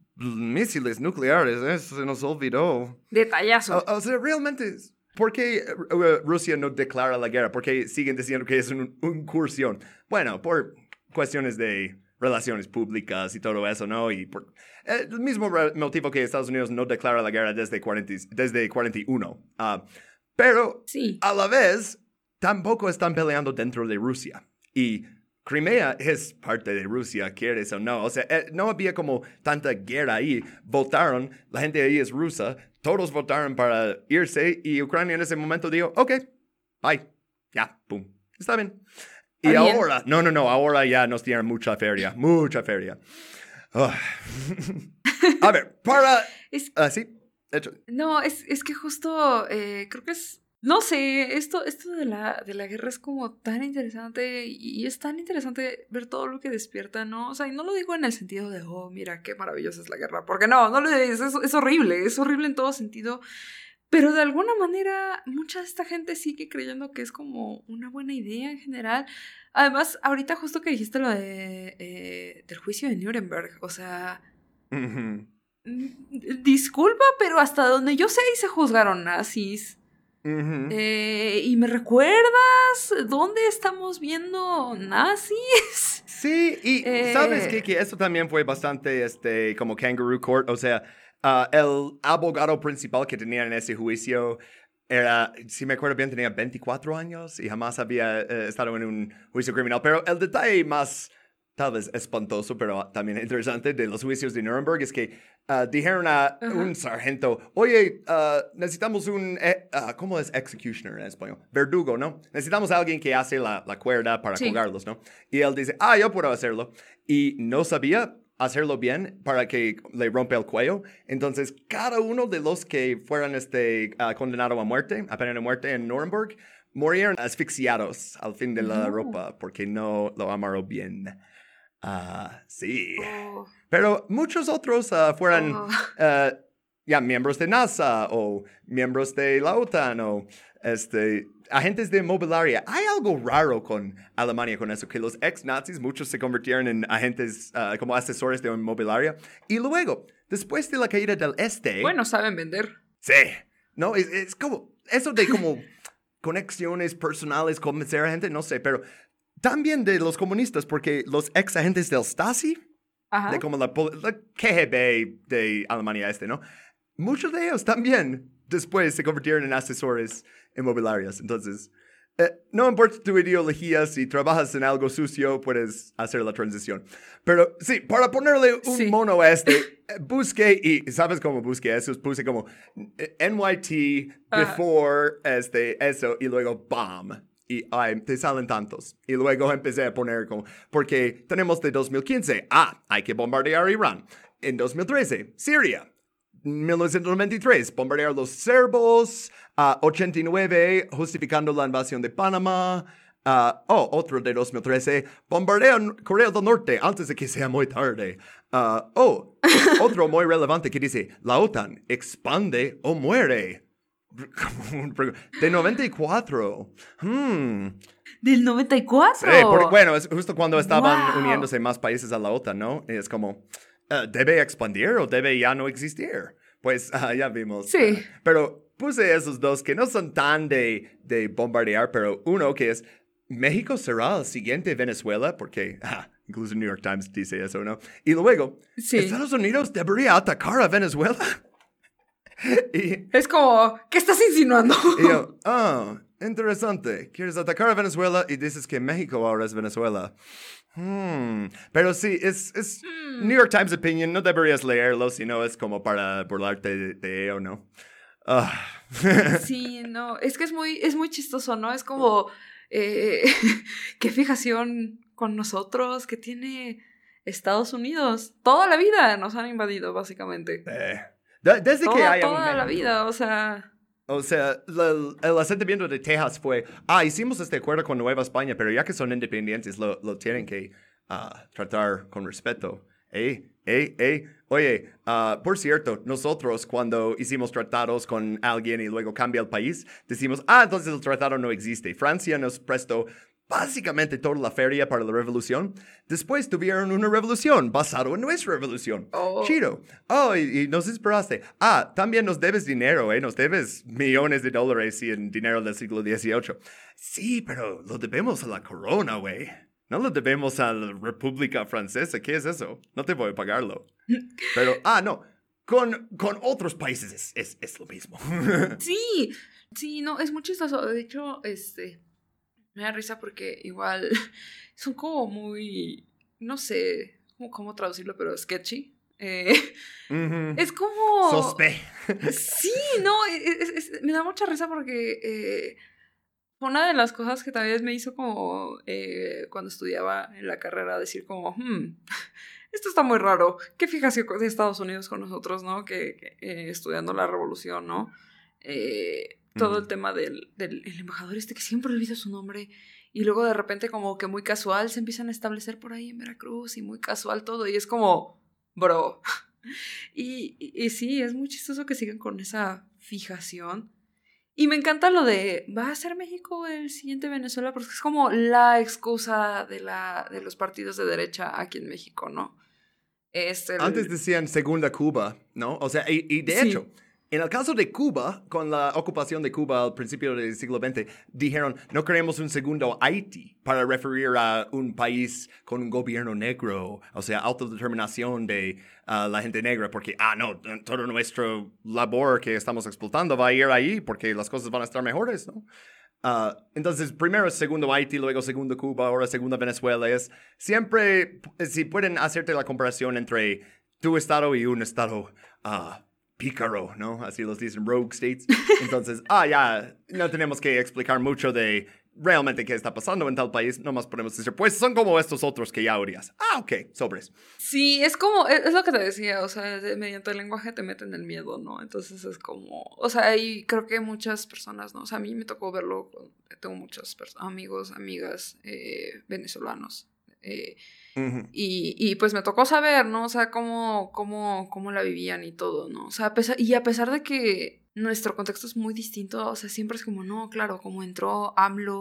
misiles nucleares, eso se nos olvidó. Detallazo. O, o sea, realmente, ¿por qué uh, Rusia no declara la guerra? ¿Por qué siguen diciendo que es una incursión? Bueno, por cuestiones de relaciones públicas y todo eso, ¿no? Y por eh, el mismo motivo que Estados Unidos no declara la guerra desde, cuarenta, desde cuarenta y uno. Uh, Pero, sí. a la vez, tampoco están peleando dentro de Rusia. Y Crimea es parte de Rusia, quieres o no. O sea, eh, no había como tanta guerra ahí. Votaron, la gente ahí es rusa, todos votaron para irse y Ucrania en ese momento dijo, ok, bye, ya, pum, está bien. Y ¿Está ahora, bien? no, no, no, ahora ya nos tienen mucha feria, mucha feria. Oh. A ver, para... Es... Uh, sí. Hecho. No, es, es que justo eh, creo que es, no sé, esto, esto de, la, de la guerra es como tan interesante y es tan interesante ver todo lo que despierta, ¿no? O sea, y no lo digo en el sentido de, oh, mira, qué maravillosa es la guerra, porque no, no lo es, es, es horrible, es horrible en todo sentido, pero de alguna manera mucha de esta gente sigue creyendo que es como una buena idea en general. Además, ahorita justo que dijiste lo de, eh, del juicio de Nuremberg, o sea... Mm-hmm. Disculpa, pero hasta donde yo sé ahí se juzgaron nazis. Uh-huh. eh, ¿Y me recuerdas dónde estamos viendo nazis? Sí, y eh... ¿sabes qué? Que esto también fue bastante este, como kangaroo court. O sea, uh, el abogado principal que tenía en ese juicio era, si me acuerdo bien, tenía veinticuatro años y jamás había uh, estado en un juicio criminal. Pero el detalle más... tal vez espantoso, pero también interesante de los juicios de Nuremberg es que uh, dijeron a uh-huh. un sargento, oye, uh, necesitamos un, eh, uh, ¿cómo es executioner en español? Verdugo, ¿no? Necesitamos a alguien que hace la, la cuerda para sí. colgarlos, ¿no? Y él dice, ah, yo puedo hacerlo. Y no sabía hacerlo bien para que le rompe el cuello. Entonces, cada uno de los que fueran este, uh, condenados a muerte, a pena de muerte en Nuremberg, murieron asfixiados al fin de la no. ropa porque no lo amarró bien. Ah, uh, sí. Oh. Pero muchos otros uh, fueran oh. uh, ya miembros de NASA o miembros de la OTAN o este, agentes de mobiliaria. Hay algo raro con Alemania con eso, que los ex-nazis, muchos se convirtieron en agentes uh, como asesores de mobiliaria. Y luego, después de la caída del este... Bueno, saben vender. Sí. No, es, es como... Eso de como... conexiones personales, convencer a gente, no sé, pero también de los comunistas, porque los ex agentes del Stasi, Ajá. de como la, la K G B de Alemania este, ¿no? Muchos de ellos también después se convirtieron en asesores inmobiliarios. Entonces, eh, no importa tu ideología, si trabajas en algo sucio, puedes hacer la transición. Pero sí, para ponerle un sí. mono a este, eh, busqué, y ¿sabes cómo busqué eso? Puse como eh, N Y T, before, uh. este, eso, y luego bomb. Y ay, te salen tantos. Y luego empecé a poner como, porque tenemos de dos mil quince, ah, hay que bombardear Irán. En dos mil trece, Siria. mil novecientos noventa y tres, bombardear los serbos. Uh, ochenta y nueve, justificando la invasión de Panamá. Uh, oh, otro de dos mil trece, bombardean Corea del Norte antes de que sea muy tarde. Uh, oh, otro muy relevante que dice, la OTAN expande o muere. De noventa y cuatro. Hmm. ¿Del noventa y cuatro? Sí, porque, bueno, es justo cuando estaban wow. uniéndose más países a la OTAN, ¿no? Y es como, uh, ¿debe expandir o debe ya no existir? Pues uh, ya vimos. Sí. Uh, pero puse esos dos que no son tan de, de bombardear, pero uno que es, México será el siguiente Venezuela, porque uh, incluso el New York Times dice eso, ¿no? Y luego, sí. ¿Estados Unidos debería atacar a Venezuela? Y, es como, ¿qué estás insinuando? Y yo, ah, oh, interesante. Quieres atacar a Venezuela y dices que México ahora es Venezuela. Hmm. Pero sí, es, es hmm. New York Times opinion. No deberías leerlo, sino es como para burlarte de, de ello, ¿no? Uh. Sí, no, es que es muy, es muy chistoso, ¿no? Es como, eh, qué fijación con nosotros que tiene Estados Unidos. Toda la vida nos han invadido, básicamente. Eh. Desde toda, que haya toda un la vida, o sea... O sea, la, el asentamiento de Texas fue, ah, hicimos este acuerdo con Nueva España, pero ya que son independientes, lo, lo tienen que uh, tratar con respeto. Ey, ey, ey. Oye, uh, por cierto, nosotros cuando hicimos tratados con alguien y luego cambia el país, decimos, ah, entonces el tratado no existe. Francia nos prestó básicamente toda la feria para la revolución. Después tuvieron una revolución basada en nuestra revolución. Oh. Chido. Oh, y, y nos esperaste. Ah, también nos debes dinero, ¿eh? Nos debes millones de dólares y en dinero del siglo dieciocho. Sí, pero lo debemos a la corona, güey. No lo debemos a la República Francesa. ¿Qué es eso? No te voy a pagarlo. Pero, ah, no. Con, con otros países es, es, es lo mismo. Sí, sí, no, es muy chistoso. De hecho, este... me da risa porque igual son como muy, no sé cómo, cómo traducirlo, pero sketchy. Eh, mm-hmm. Es como... Sospe. Sí, no, es, es, es, me da mucha risa porque eh, una de las cosas que también me hizo como eh, cuando estudiaba en la carrera decir como, hmm, esto está muy raro. ¿Qué fijación de Estados Unidos con nosotros, no? Que, que eh, estudiando la revolución, ¿no? Eh... Todo el tema del, del el embajador este que siempre olvido su nombre y luego de repente como que muy casual se empiezan a establecer por ahí en Veracruz y muy casual todo y es como, bro. Y, y, y sí, es muy chistoso que sigan con esa fijación. Y me encanta lo de, ¿va a ser México el siguiente Venezuela? Porque es como la excusa de, la, de los partidos de derecha aquí en México, ¿no? Es el... Antes decían segunda Cuba, ¿no? O sea, y, y de sí. hecho... En el caso de Cuba, con la ocupación de Cuba al principio del siglo veinte, dijeron, no queremos un segundo Haití para referir a un país con un gobierno negro, o sea, autodeterminación de uh, la gente negra, porque, ah, no, toda nuestra labor que estamos explotando va a ir ahí porque las cosas van a estar mejores, ¿no? Uh, entonces, primero segundo Haití, luego segundo Cuba, ahora segunda Venezuela. Es siempre, si pueden hacerte la comparación entre tu estado y un estado... Uh, pícaro, ¿no? Así los dicen, rogue states. Entonces, ah, ya, no tenemos que explicar mucho de realmente qué está pasando en tal país. Nomás podemos decir, pues son como estos otros que ya odias. Ah, ok, sobres. Sí, es como, es, es lo que te decía, o sea, de, mediante el lenguaje te meten el miedo, ¿no? Entonces es como, o sea, y creo que muchas personas, ¿no? O sea, a mí me tocó verlo, tengo muchos amigos, amigas eh, venezolanos. Eh, uh-huh. y, y pues me tocó saber, ¿no? O sea, cómo, cómo, cómo la vivían y todo, ¿no? O sea, a pesar, y a pesar de que nuestro contexto es muy distinto, o sea, siempre es como, no, claro, como entró AMLO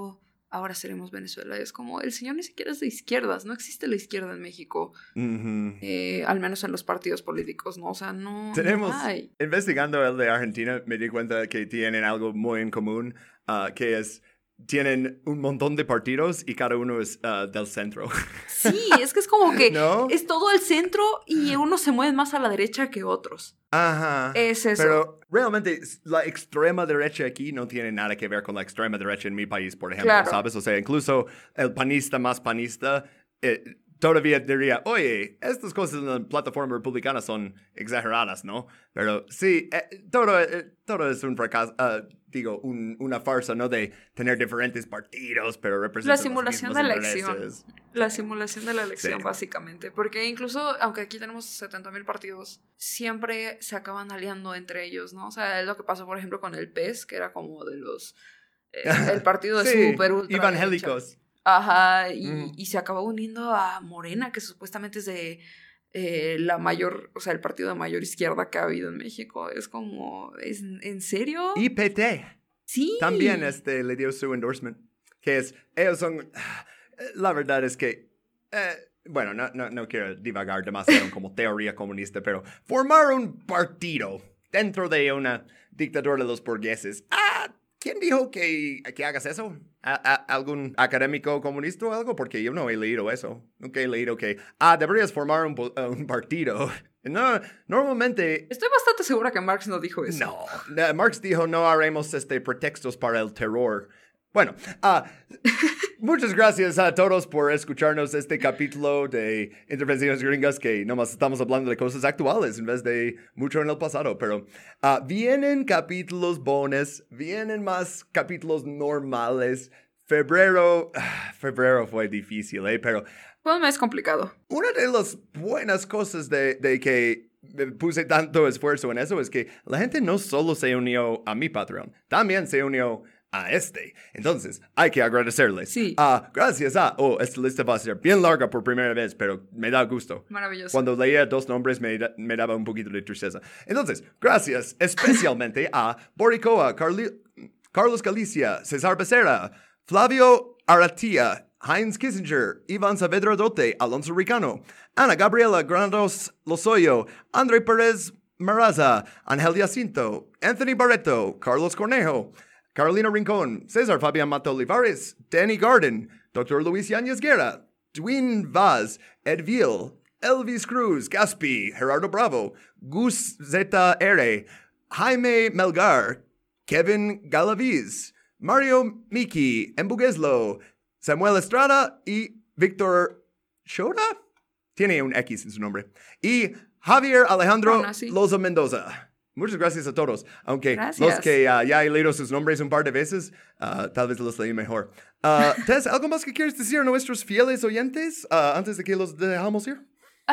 ahora seremos Venezuela. Es como, el señor ni siquiera es de izquierdas, no existe la izquierda en México, uh-huh. eh, al menos en los partidos políticos, ¿no? O sea, no, Tenemos, no hay. Investigando el de Argentina, me di cuenta que tienen algo muy en común, uh, que es, tienen un montón de partidos y cada uno es uh, del centro. Sí, es que es como que ¿No? es todo al centro y unos se mueven más a la derecha que otros. Ajá. Es eso. Pero realmente la extrema derecha aquí no tiene nada que ver con la extrema derecha en mi país, por ejemplo, Claro. ¿sabes? O sea, incluso el panista más panista eh, todavía diría, oye, estas cosas en la plataforma republicana son exageradas, ¿no? Pero sí, eh, todo, eh, todo es un fracaso, uh, digo, un, una farsa, ¿no? De tener diferentes partidos, pero representan La simulación los de la mismos elección. intereses. La simulación de la elección, Sí. básicamente. Porque incluso, aunque aquí tenemos setenta mil partidos, siempre se acaban aliando entre ellos, ¿no? O sea, es lo que pasó, por ejemplo, con el P E S, que era como de los... Eh, el partido de Sí, super ultra evangélicos. derecha. Ajá, y, Mm. y se acabó uniendo a Morena, que supuestamente es de eh, la mayor, o sea, el partido de mayor izquierda que ha habido en México. Es como, ¿es, ¿en serio? I P T. Sí. También este, le dio su endorsement, que es, ellos son, la verdad es que, eh, bueno, no, no, no quiero divagar demasiado como teoría comunista, pero formar un partido dentro de una dictadura de los burgueses, ah, ¿quién dijo que, que hagas eso? ¿A, a, ¿Algún académico comunista o algo? Porque yo no he leído eso. Nunca he leído que, ah, deberías formar un, un partido. No, normalmente... Estoy bastante segura que Marx no dijo eso. No, uh, Marx dijo no haremos este, pretextos para el terror. Bueno, uh, muchas gracias a todos por escucharnos este capítulo de Intervenciones Gringas, que nomás estamos hablando de cosas actuales en vez de mucho en el pasado, pero uh, vienen capítulos bonus, vienen más capítulos normales. Febrero, uh, febrero fue difícil, ¿eh? Pero... Fue un mes complicado. Una de las buenas cosas de, de que puse tanto esfuerzo en eso es que la gente no solo se unió a mi Patreon, también se unió a este. Entonces, hay que agradecerles. Sí. Uh, gracias a... Oh, esta lista va a ser bien larga por primera vez, pero me da gusto. Maravilloso. Cuando leía dos nombres me, da, me daba un poquito de tristeza. Entonces, gracias especialmente a Boricoa, Carli- Carlos Galicia, César Becerra, Flavio Aratia, Heinz Kissinger, Iván Saavedra Dote, Alonso Ricano, Ana Gabriela Granados Lozoyo, André Pérez Maraza, Ángel Jacinto, Anthony Barreto, Carlos Cornejo, Carolina Rincón, César Fabián Mata Olivares, Danny Garden, doctor Luis Yáñez Guerra, Dwin Vaz, Ed Viel, Elvis Cruz, Gaspi, Gerardo Bravo, Gus Z R, Jaime Melgar, Kevin Galaviz, Mario Miki, Embugueslo, Samuel Estrada y Víctor Shora. Tiene un X en su nombre. Y Javier Alejandro Bueno, sí. Loza Mendoza. Muchas gracias a todos. Aunque Gracias. los que uh, ya he leído sus nombres un par de veces, uh, tal vez los leí mejor. Uh, Tess, ¿algo más que quieres decir a nuestros fieles oyentes uh, antes de que los dejamos ir?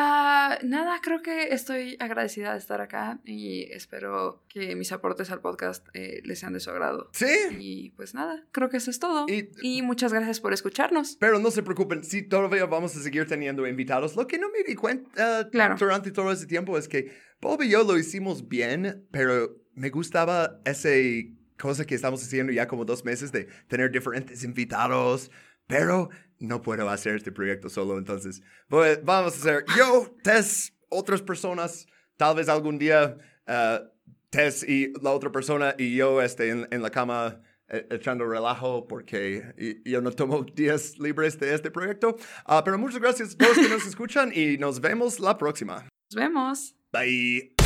Ah, nada, creo que estoy agradecida de estar acá y espero que mis aportes al podcast eh, les sean de su agrado. Sí. Y pues nada, creo que eso es todo. Y- Y, muchas gracias por escucharnos. Pero no se preocupen, sí, todavía vamos a seguir teniendo invitados. Lo que no me di cuenta uh, Claro. durante todo ese tiempo es que Bob y yo lo hicimos bien, pero me gustaba esa cosa que estamos haciendo ya como dos meses de tener diferentes invitados, pero no puedo hacer este proyecto solo, entonces pues, vamos a hacer yo, Tess, otras personas, tal vez algún día uh, Tess y la otra persona y yo este, en, en la cama eh, echando relajo porque y- yo no tomo días libres de este proyecto. Uh, pero muchas gracias a todos que nos escuchan y nos vemos la próxima. Nos vemos. Bye.